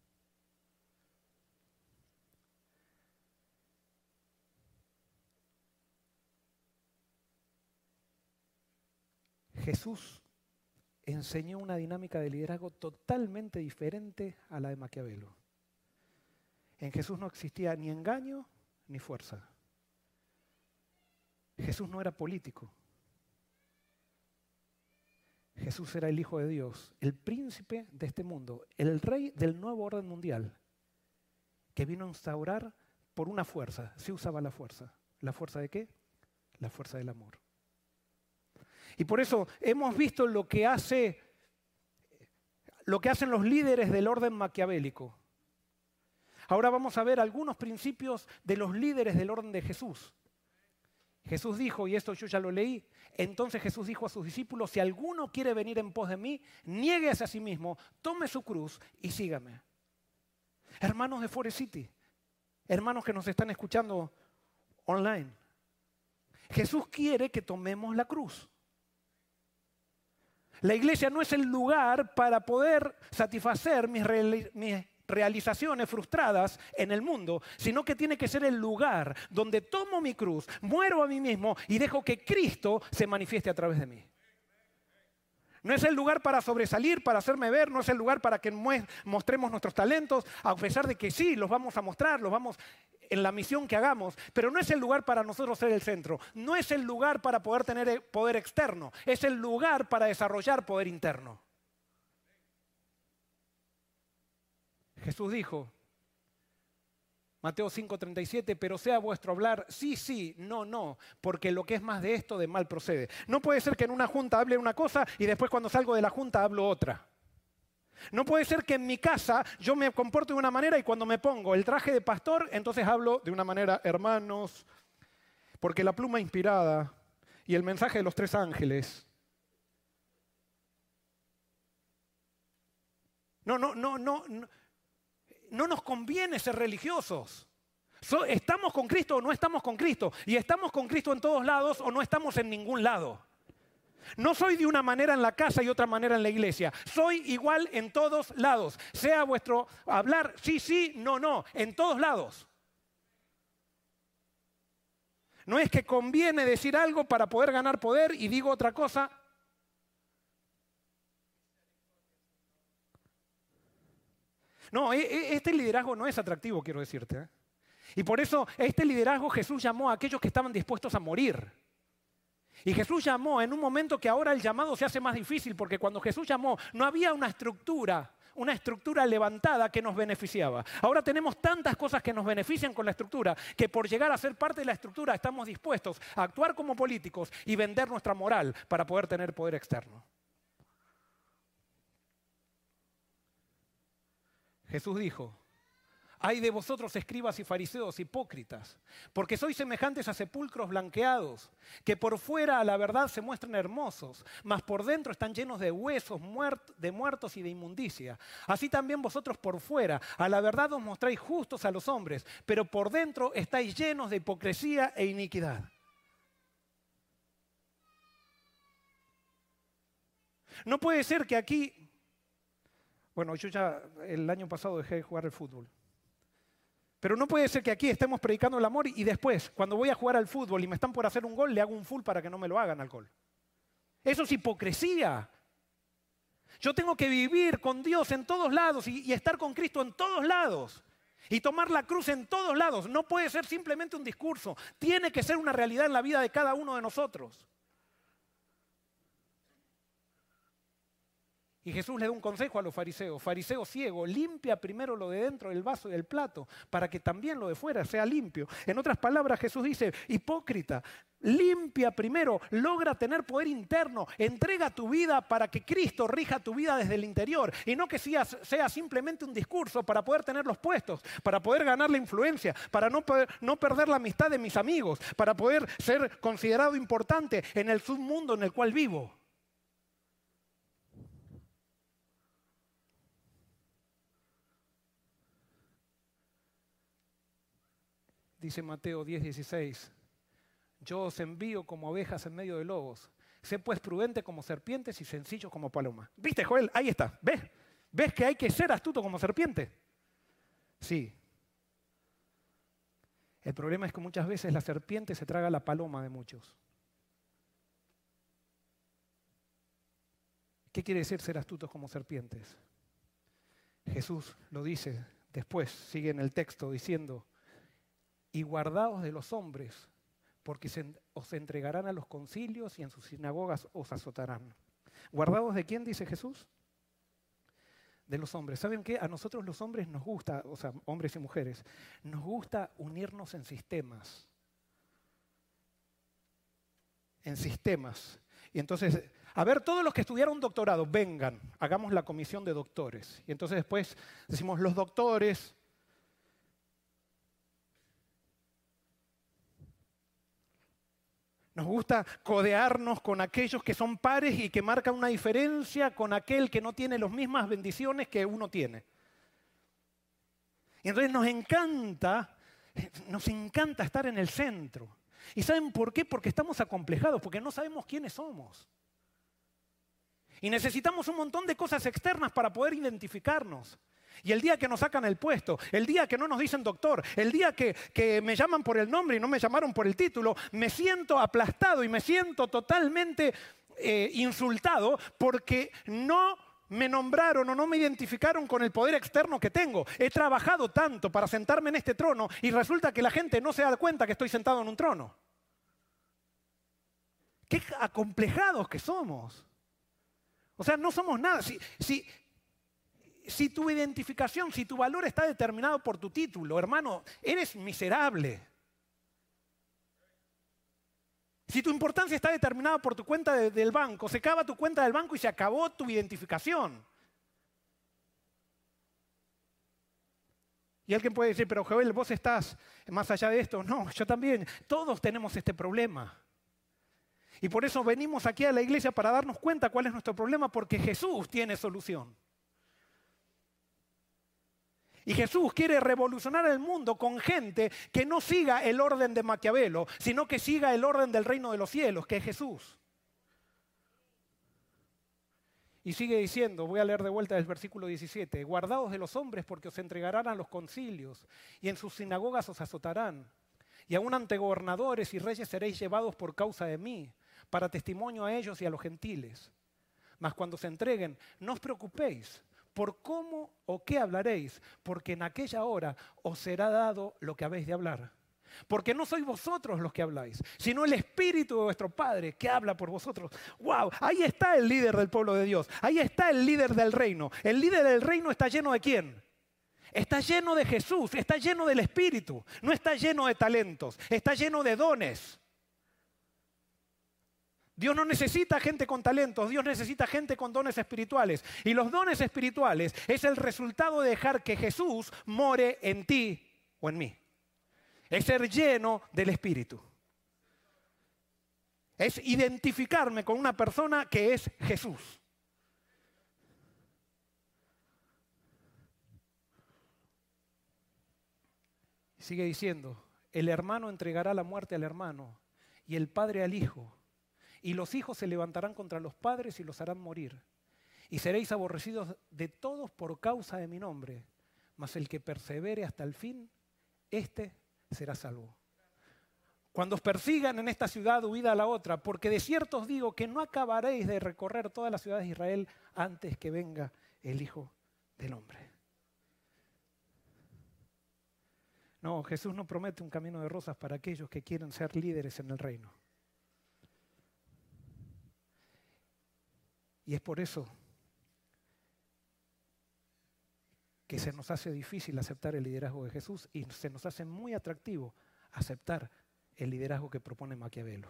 Jesús enseñó una dinámica de liderazgo totalmente diferente a la de Maquiavelo. En Jesús no existía ni engaño ni fuerza. Jesús no era político. Jesús era el Hijo de Dios, el príncipe de este mundo, el rey del nuevo orden mundial, que vino a instaurar por una fuerza. Se usaba la fuerza. ¿La fuerza de qué? La fuerza del amor. Y por eso hemos visto lo que hace, lo que hacen los líderes del orden maquiavélico. Ahora vamos a ver algunos principios de los líderes del orden de Jesús. Jesús dijo, y esto yo ya lo leí, entonces Jesús dijo a sus discípulos, si alguno quiere venir en pos de mí, niéguese a sí mismo, tome su cruz y sígame. Hermanos de Forest City, hermanos que nos están escuchando online, Jesús quiere que tomemos la cruz. La iglesia no es el lugar para poder satisfacer mis, reali- mis realizaciones frustradas en el mundo, sino que tiene que ser el lugar donde tomo mi cruz, muero a mí mismo y dejo que Cristo se manifieste a través de mí. No es el lugar para sobresalir, para hacerme ver, no es el lugar para que mostremos nuestros talentos, a pesar de que sí, los vamos a mostrar, los vamos en la misión que hagamos, pero no es el lugar para nosotros ser el centro, no es el lugar para poder tener poder externo, es el lugar para desarrollar poder interno. Jesús dijo, Mateo cinco treinta y siete, pero sea vuestro hablar sí, sí, no, no, porque lo que es más de esto de mal procede. No puede ser que en una junta hable una cosa y después cuando salgo de la junta hablo otra. No puede ser que en mi casa yo me comporte de una manera y cuando me pongo el traje de pastor, entonces hablo de una manera, hermanos, porque la pluma inspirada y el mensaje de los tres ángeles. No, no, no, no, no. No nos conviene ser religiosos. So, ¿estamos con Cristo o no estamos con Cristo? Y estamos con Cristo en todos lados o no estamos en ningún lado. No soy de una manera en la casa y otra manera en la iglesia. Soy igual en todos lados. Sea vuestro hablar sí, sí, no, no. En todos lados. No es que conviene decir algo para poder ganar poder y digo otra cosa. No, este liderazgo no es atractivo, quiero decirte. ¿eh? Y por eso este liderazgo Jesús llamó a aquellos que estaban dispuestos a morir. Y Jesús llamó en un momento que ahora el llamado se hace más difícil, porque cuando Jesús llamó no había una estructura una estructura levantada que nos beneficiaba. Ahora tenemos tantas cosas que nos benefician con la estructura que por llegar a ser parte de la estructura estamos dispuestos a actuar como políticos y vender nuestra moral para poder tener poder externo. Jesús dijo: ay de vosotros, escribas y fariseos, hipócritas, porque sois semejantes a sepulcros blanqueados, que por fuera a la verdad se muestran hermosos, mas por dentro están llenos de huesos, muert- de muertos y de inmundicia. Así también vosotros por fuera a la verdad os mostráis justos a los hombres, pero por dentro estáis llenos de hipocresía e iniquidad. No puede ser que aquí... Bueno, yo ya el año pasado dejé de jugar al fútbol. Pero no puede ser que aquí estemos predicando el amor y después, cuando voy a jugar al fútbol y me están por hacer un gol, le hago un full para que no me lo hagan al gol. Eso es hipocresía. Yo tengo que vivir con Dios en todos lados y, y estar con Cristo en todos lados. Y tomar la cruz en todos lados. No puede ser simplemente un discurso. Tiene que ser una realidad en la vida de cada uno de nosotros. Y Jesús le da un consejo a los fariseos. Fariseo ciego, limpia primero lo de dentro del vaso y del plato, para que también lo de fuera sea limpio. En otras palabras, Jesús dice: hipócrita, limpia primero, logra tener poder interno, entrega tu vida para que Cristo rija tu vida desde el interior. Y no que sea, sea simplemente un discurso para poder tener los puestos, para poder ganar la influencia, para no, poder, no perder la amistad de mis amigos, para poder ser considerado importante en el submundo en el cual vivo. Dice Mateo diez, dieciséis, yo os envío como ovejas en medio de lobos. Sé pues prudente como serpientes y sencillos como palomas. ¿Viste, Joel? Ahí está. ¿Ves? ¿Ves que hay que ser astuto como serpiente? Sí. El problema es que muchas veces la serpiente se traga la paloma de muchos. ¿Qué quiere decir ser astutos como serpientes? Jesús lo dice después, sigue en el texto diciendo: y guardaos de los hombres, porque se, os entregarán a los concilios y en sus sinagogas os azotarán. ¿Guardaos de quién, dice Jesús? De los hombres. ¿Saben qué? A nosotros los hombres nos gusta, o sea, hombres y mujeres, nos gusta unirnos en sistemas. En sistemas. Y entonces, a ver, todos los que estudiaron doctorado, vengan, hagamos la comisión de doctores. Y entonces después decimos los doctores. Nos gusta codearnos con aquellos que son pares y que marcan una diferencia con aquel que no tiene las mismas bendiciones que uno tiene. Y entonces nos encanta, nos encanta estar en el centro. ¿Y saben por qué? Porque estamos acomplejados, porque no sabemos quiénes somos. Y necesitamos un montón de cosas externas para poder identificarnos. Y el día que nos sacan el puesto, el día que no nos dicen doctor, el día que, que me llaman por el nombre y no me llamaron por el título, me siento aplastado y me siento totalmente eh, insultado porque no me nombraron o no me identificaron con el poder externo que tengo. He trabajado tanto para sentarme en este trono y resulta que la gente no se da cuenta que estoy sentado en un trono. ¡Qué acomplejados que somos! O sea, no somos nada. Si, si, si tu identificación, si tu valor está determinado por tu título, hermano, eres miserable. Si tu importancia está determinada por tu cuenta de, del banco, se acaba tu cuenta del banco y se acabó tu identificación. Y alguien puede decir, pero Joel, vos estás más allá de esto. No, yo también. Todos tenemos este problema. Y por eso venimos aquí a la iglesia para darnos cuenta cuál es nuestro problema, porque Jesús tiene solución. Y Jesús quiere revolucionar el mundo con gente que no siga el orden de Maquiavelo, sino que siga el orden del reino de los cielos, que es Jesús. Y sigue diciendo, voy a leer de vuelta el versículo diecisiete, guardaos de los hombres porque os entregarán a los concilios y en sus sinagogas os azotarán. Y aún ante gobernadores y reyes seréis llevados por causa de mí, para testimonio a ellos y a los gentiles. Mas cuando se entreguen, no os preocupéis por cómo o qué hablaréis, porque en aquella hora os será dado lo que habéis de hablar. Porque no sois vosotros los que habláis, sino el Espíritu de vuestro Padre que habla por vosotros. ¡Wow! Ahí está el líder del pueblo de Dios. Ahí está el líder del reino. El líder del reino está lleno de ¿quién? Está lleno de Jesús, está lleno del Espíritu. No está lleno de talentos, está lleno de dones. Dios no necesita gente con talentos, Dios necesita gente con dones espirituales. Y los dones espirituales es el resultado de dejar que Jesús more en ti o en mí. Es ser lleno del Espíritu. Es identificarme con una persona que es Jesús. Sigue diciendo, el hermano entregará la muerte al hermano y el padre al hijo. Y los hijos se levantarán contra los padres y los harán morir. Y seréis aborrecidos de todos por causa de mi nombre. Mas el que persevere hasta el fin, éste será salvo. Cuando os persigan en esta ciudad, huid a la otra, porque de cierto os digo que no acabaréis de recorrer todas las ciudades de Israel antes que venga el Hijo del Hombre. No, Jesús no promete un camino de rosas para aquellos que quieren ser líderes en el reino. Y es por eso que se nos hace difícil aceptar el liderazgo de Jesús y se nos hace muy atractivo aceptar el liderazgo que propone Maquiavelo.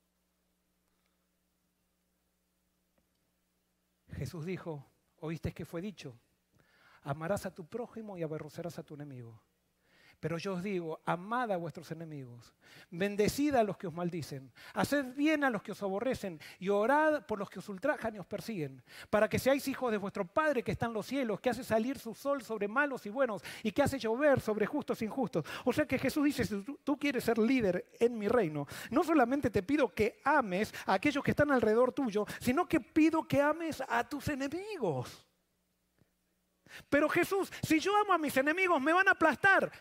Jesús dijo, oíste que fue dicho, amarás a tu prójimo y aborrecerás a tu enemigo. Pero yo os digo, amad a vuestros enemigos, bendecid a los que os maldicen, haced bien a los que os aborrecen y orad por los que os ultrajan y os persiguen, para que seáis hijos de vuestro Padre que está en los cielos, que hace salir su sol sobre malos y buenos y que hace llover sobre justos e injustos. O sea que Jesús dice, si tú, tú quieres ser líder en mi reino, no solamente te pido que ames a aquellos que están alrededor tuyo, sino que pido que ames a tus enemigos. Pero Jesús, si yo amo a mis enemigos, me van a aplastar.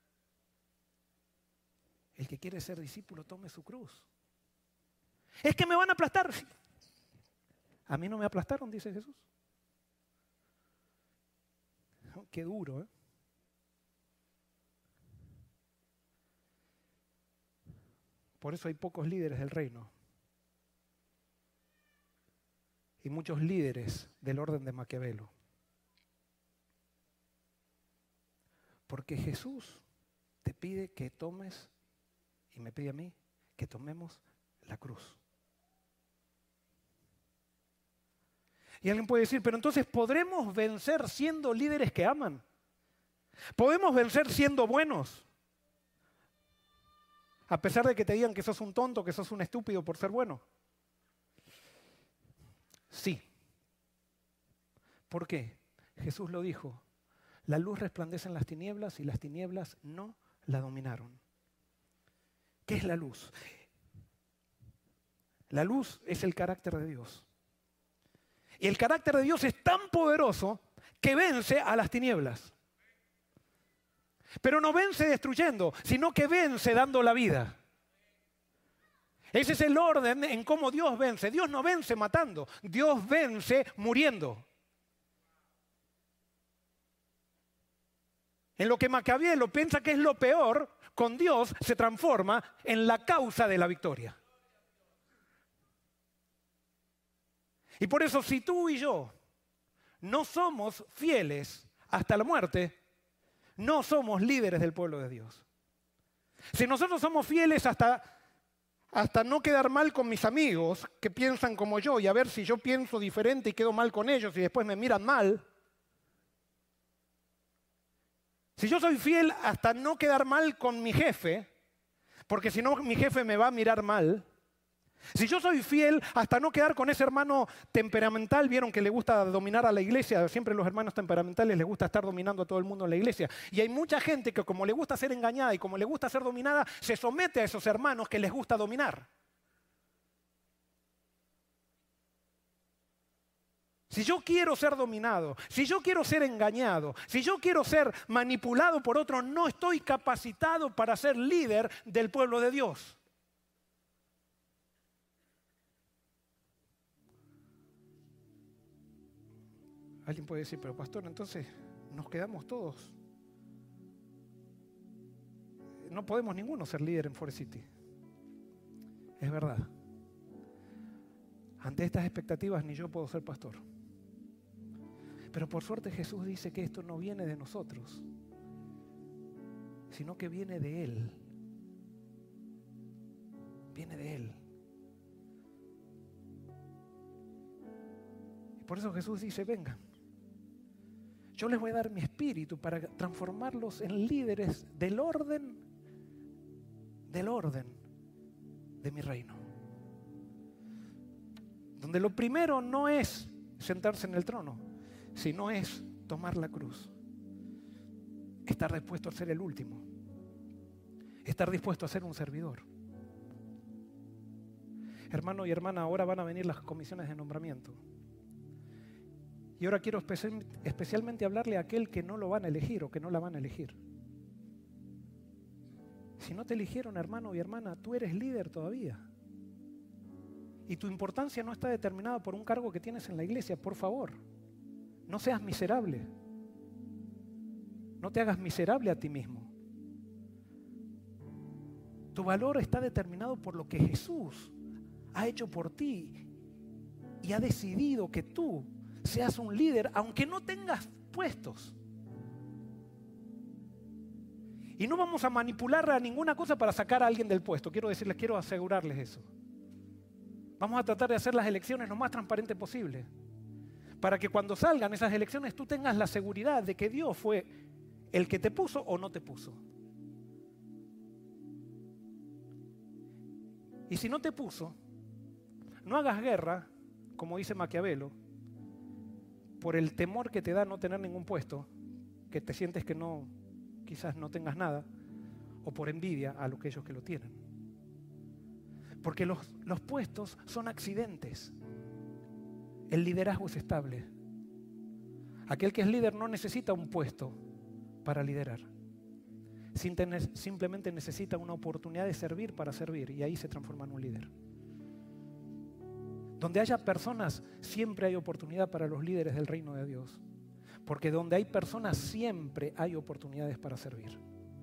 El que quiere ser discípulo, tome su cruz. Es que me van a aplastar. A mí no me aplastaron, dice Jesús. Oh, qué duro, ¿eh? Por eso hay pocos líderes del reino. Y muchos líderes del orden de Maquiavelo. Porque Jesús te pide que tomes y me pide a mí que tomemos la cruz. Y alguien puede decir, pero entonces ¿podremos vencer siendo líderes que aman? ¿Podemos vencer siendo buenos? A pesar de que te digan que sos un tonto, que sos un estúpido por ser bueno. Sí. ¿Por qué? Jesús lo dijo, la luz resplandece en las tinieblas y las tinieblas no la dominaron. ¿Qué es la luz? La luz es el carácter de Dios. Y el carácter de Dios es tan poderoso que vence a las tinieblas. Pero no vence destruyendo, sino que vence dando la vida. Ese es el orden en cómo Dios vence. Dios no vence matando, Dios vence muriendo. En lo que Maquiavelo piensa que es lo peor, con Dios se transforma en la causa de la victoria. Y por eso si tú y yo no somos fieles hasta la muerte, no somos líderes del pueblo de Dios. Si nosotros somos fieles hasta, hasta no quedar mal con mis amigos que piensan como yo y a ver si yo pienso diferente y quedo mal con ellos y después me miran mal, si yo soy fiel hasta no quedar mal con mi jefe, porque si no mi jefe me va a mirar mal. Si yo soy fiel hasta no quedar con ese hermano temperamental, vieron que le gusta dominar a la iglesia, siempre los hermanos temperamentales les gusta estar dominando a todo el mundo en la iglesia. Y hay mucha gente que como le gusta ser engañada y como le gusta ser dominada, se somete a esos hermanos que les gusta dominar. Si yo quiero ser dominado, si yo quiero ser engañado, si yo quiero ser manipulado por otro, no estoy capacitado para ser líder del pueblo de Dios. Alguien puede decir, pero pastor, entonces nos quedamos todos. no podemos ninguno ser líder en Forest City. Es verdad. Ante estas expectativas ni yo puedo ser pastor. Pero por suerte Jesús dice que esto no viene de nosotros, sino que viene de Él. Viene de Él. Y por eso Jesús dice, vengan. Yo les voy a dar mi espíritu para transformarlos en líderes del orden, del orden de mi reino. Donde lo primero no es sentarse en el trono, sino es tomar la cruz. Estar dispuesto a ser el último. Estar dispuesto a ser un servidor. Hermano y hermana, ahora van a venir las comisiones de nombramiento. Y ahora quiero especial, especialmente hablarle a aquel que no lo van a elegir o que no la van a elegir. Si no te eligieron, hermano y hermana, tú eres líder todavía. Y tu importancia no está determinada por un cargo que tienes en la iglesia. Por favor, no seas miserable. No te hagas miserable a ti mismo. Tu valor está determinado por lo que Jesús ha hecho por ti y ha decidido que tú seas un líder, aunque no tengas puestos. Y no vamos a manipular a ninguna cosa para sacar a alguien del puesto. Quiero decirles, quiero asegurarles eso. Vamos a tratar de hacer las elecciones lo más transparente posible, para que cuando salgan esas elecciones tú tengas la seguridad de que Dios fue el que te puso o no te puso. Y si no te puso, no hagas guerra, como dice Maquiavelo, por el temor que te da no tener ningún puesto, que te sientes que no, quizás no tengas nada, o por envidia a los que ellos que lo tienen. Porque los, los puestos son accidentes. El liderazgo es estable. Aquel que es líder no necesita un puesto para liderar. Simplemente necesita una oportunidad de servir para servir, y ahí se transforma en un líder. Donde haya personas, siempre hay oportunidad para los líderes del reino de Dios. Porque donde hay personas, siempre hay oportunidades para servir.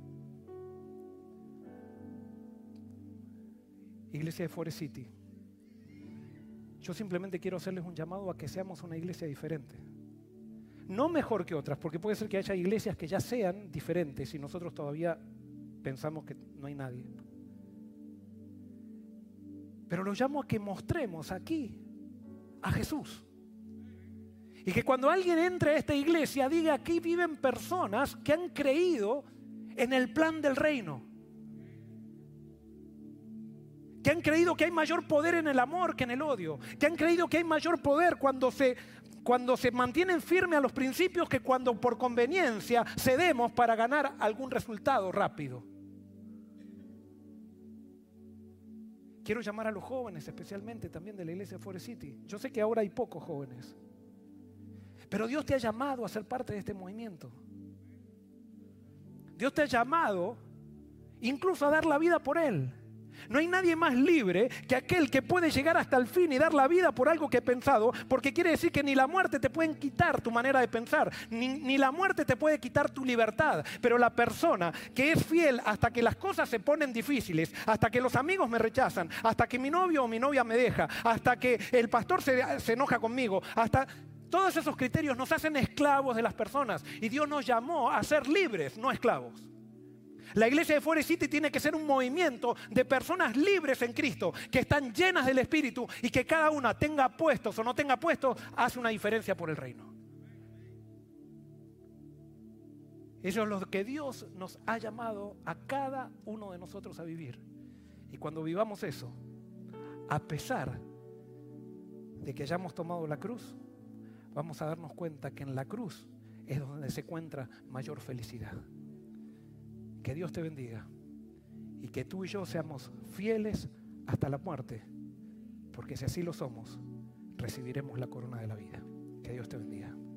Iglesia de Forest City, yo simplemente quiero hacerles un llamado a que seamos una iglesia diferente. No mejor que otras, porque puede ser que haya iglesias que ya sean diferentes y nosotros todavía pensamos que no hay nadie. Pero los llamo a que mostremos aquí a Jesús. Y que cuando alguien entre a esta iglesia diga, aquí viven personas que han creído en el plan del reino. Que han creído que hay mayor poder en el amor que en el odio. Que han creído que hay mayor poder cuando se, cuando se mantienen firmes a los principios que cuando por conveniencia cedemos para ganar algún resultado rápido. Quiero llamar a los jóvenes, especialmente también de la iglesia de Forest City. Yo sé que ahora hay pocos jóvenes, pero Dios te ha llamado a ser parte de este movimiento. Dios te ha llamado incluso a dar la vida por Él. No hay nadie más libre que aquel que puede llegar hasta el fin y dar la vida por algo que he pensado, porque quiere decir que ni la muerte te puede quitar tu manera de pensar, ni, ni la muerte te puede quitar tu libertad. Pero la persona que es fiel hasta que las cosas se ponen difíciles, hasta que los amigos me rechazan, hasta que mi novio o mi novia me deja, hasta que el pastor se, se enoja conmigo, hasta... Todos esos criterios nos hacen esclavos de las personas. Y Dios nos llamó a ser libres, no esclavos. La iglesia de Forest City tiene que ser un movimiento de personas libres en Cristo, que están llenas del Espíritu y que cada una tenga puestos o no tenga puestos, hace una diferencia por el reino. Eso es lo que Dios nos ha llamado a cada uno de nosotros a vivir. Y cuando vivamos eso, a pesar de que hayamos tomado la cruz, vamos a darnos cuenta que en la cruz es donde se encuentra mayor felicidad. Que Dios te bendiga y que tú y yo seamos fieles hasta la muerte, porque si así lo somos, recibiremos la corona de la vida. Que Dios te bendiga.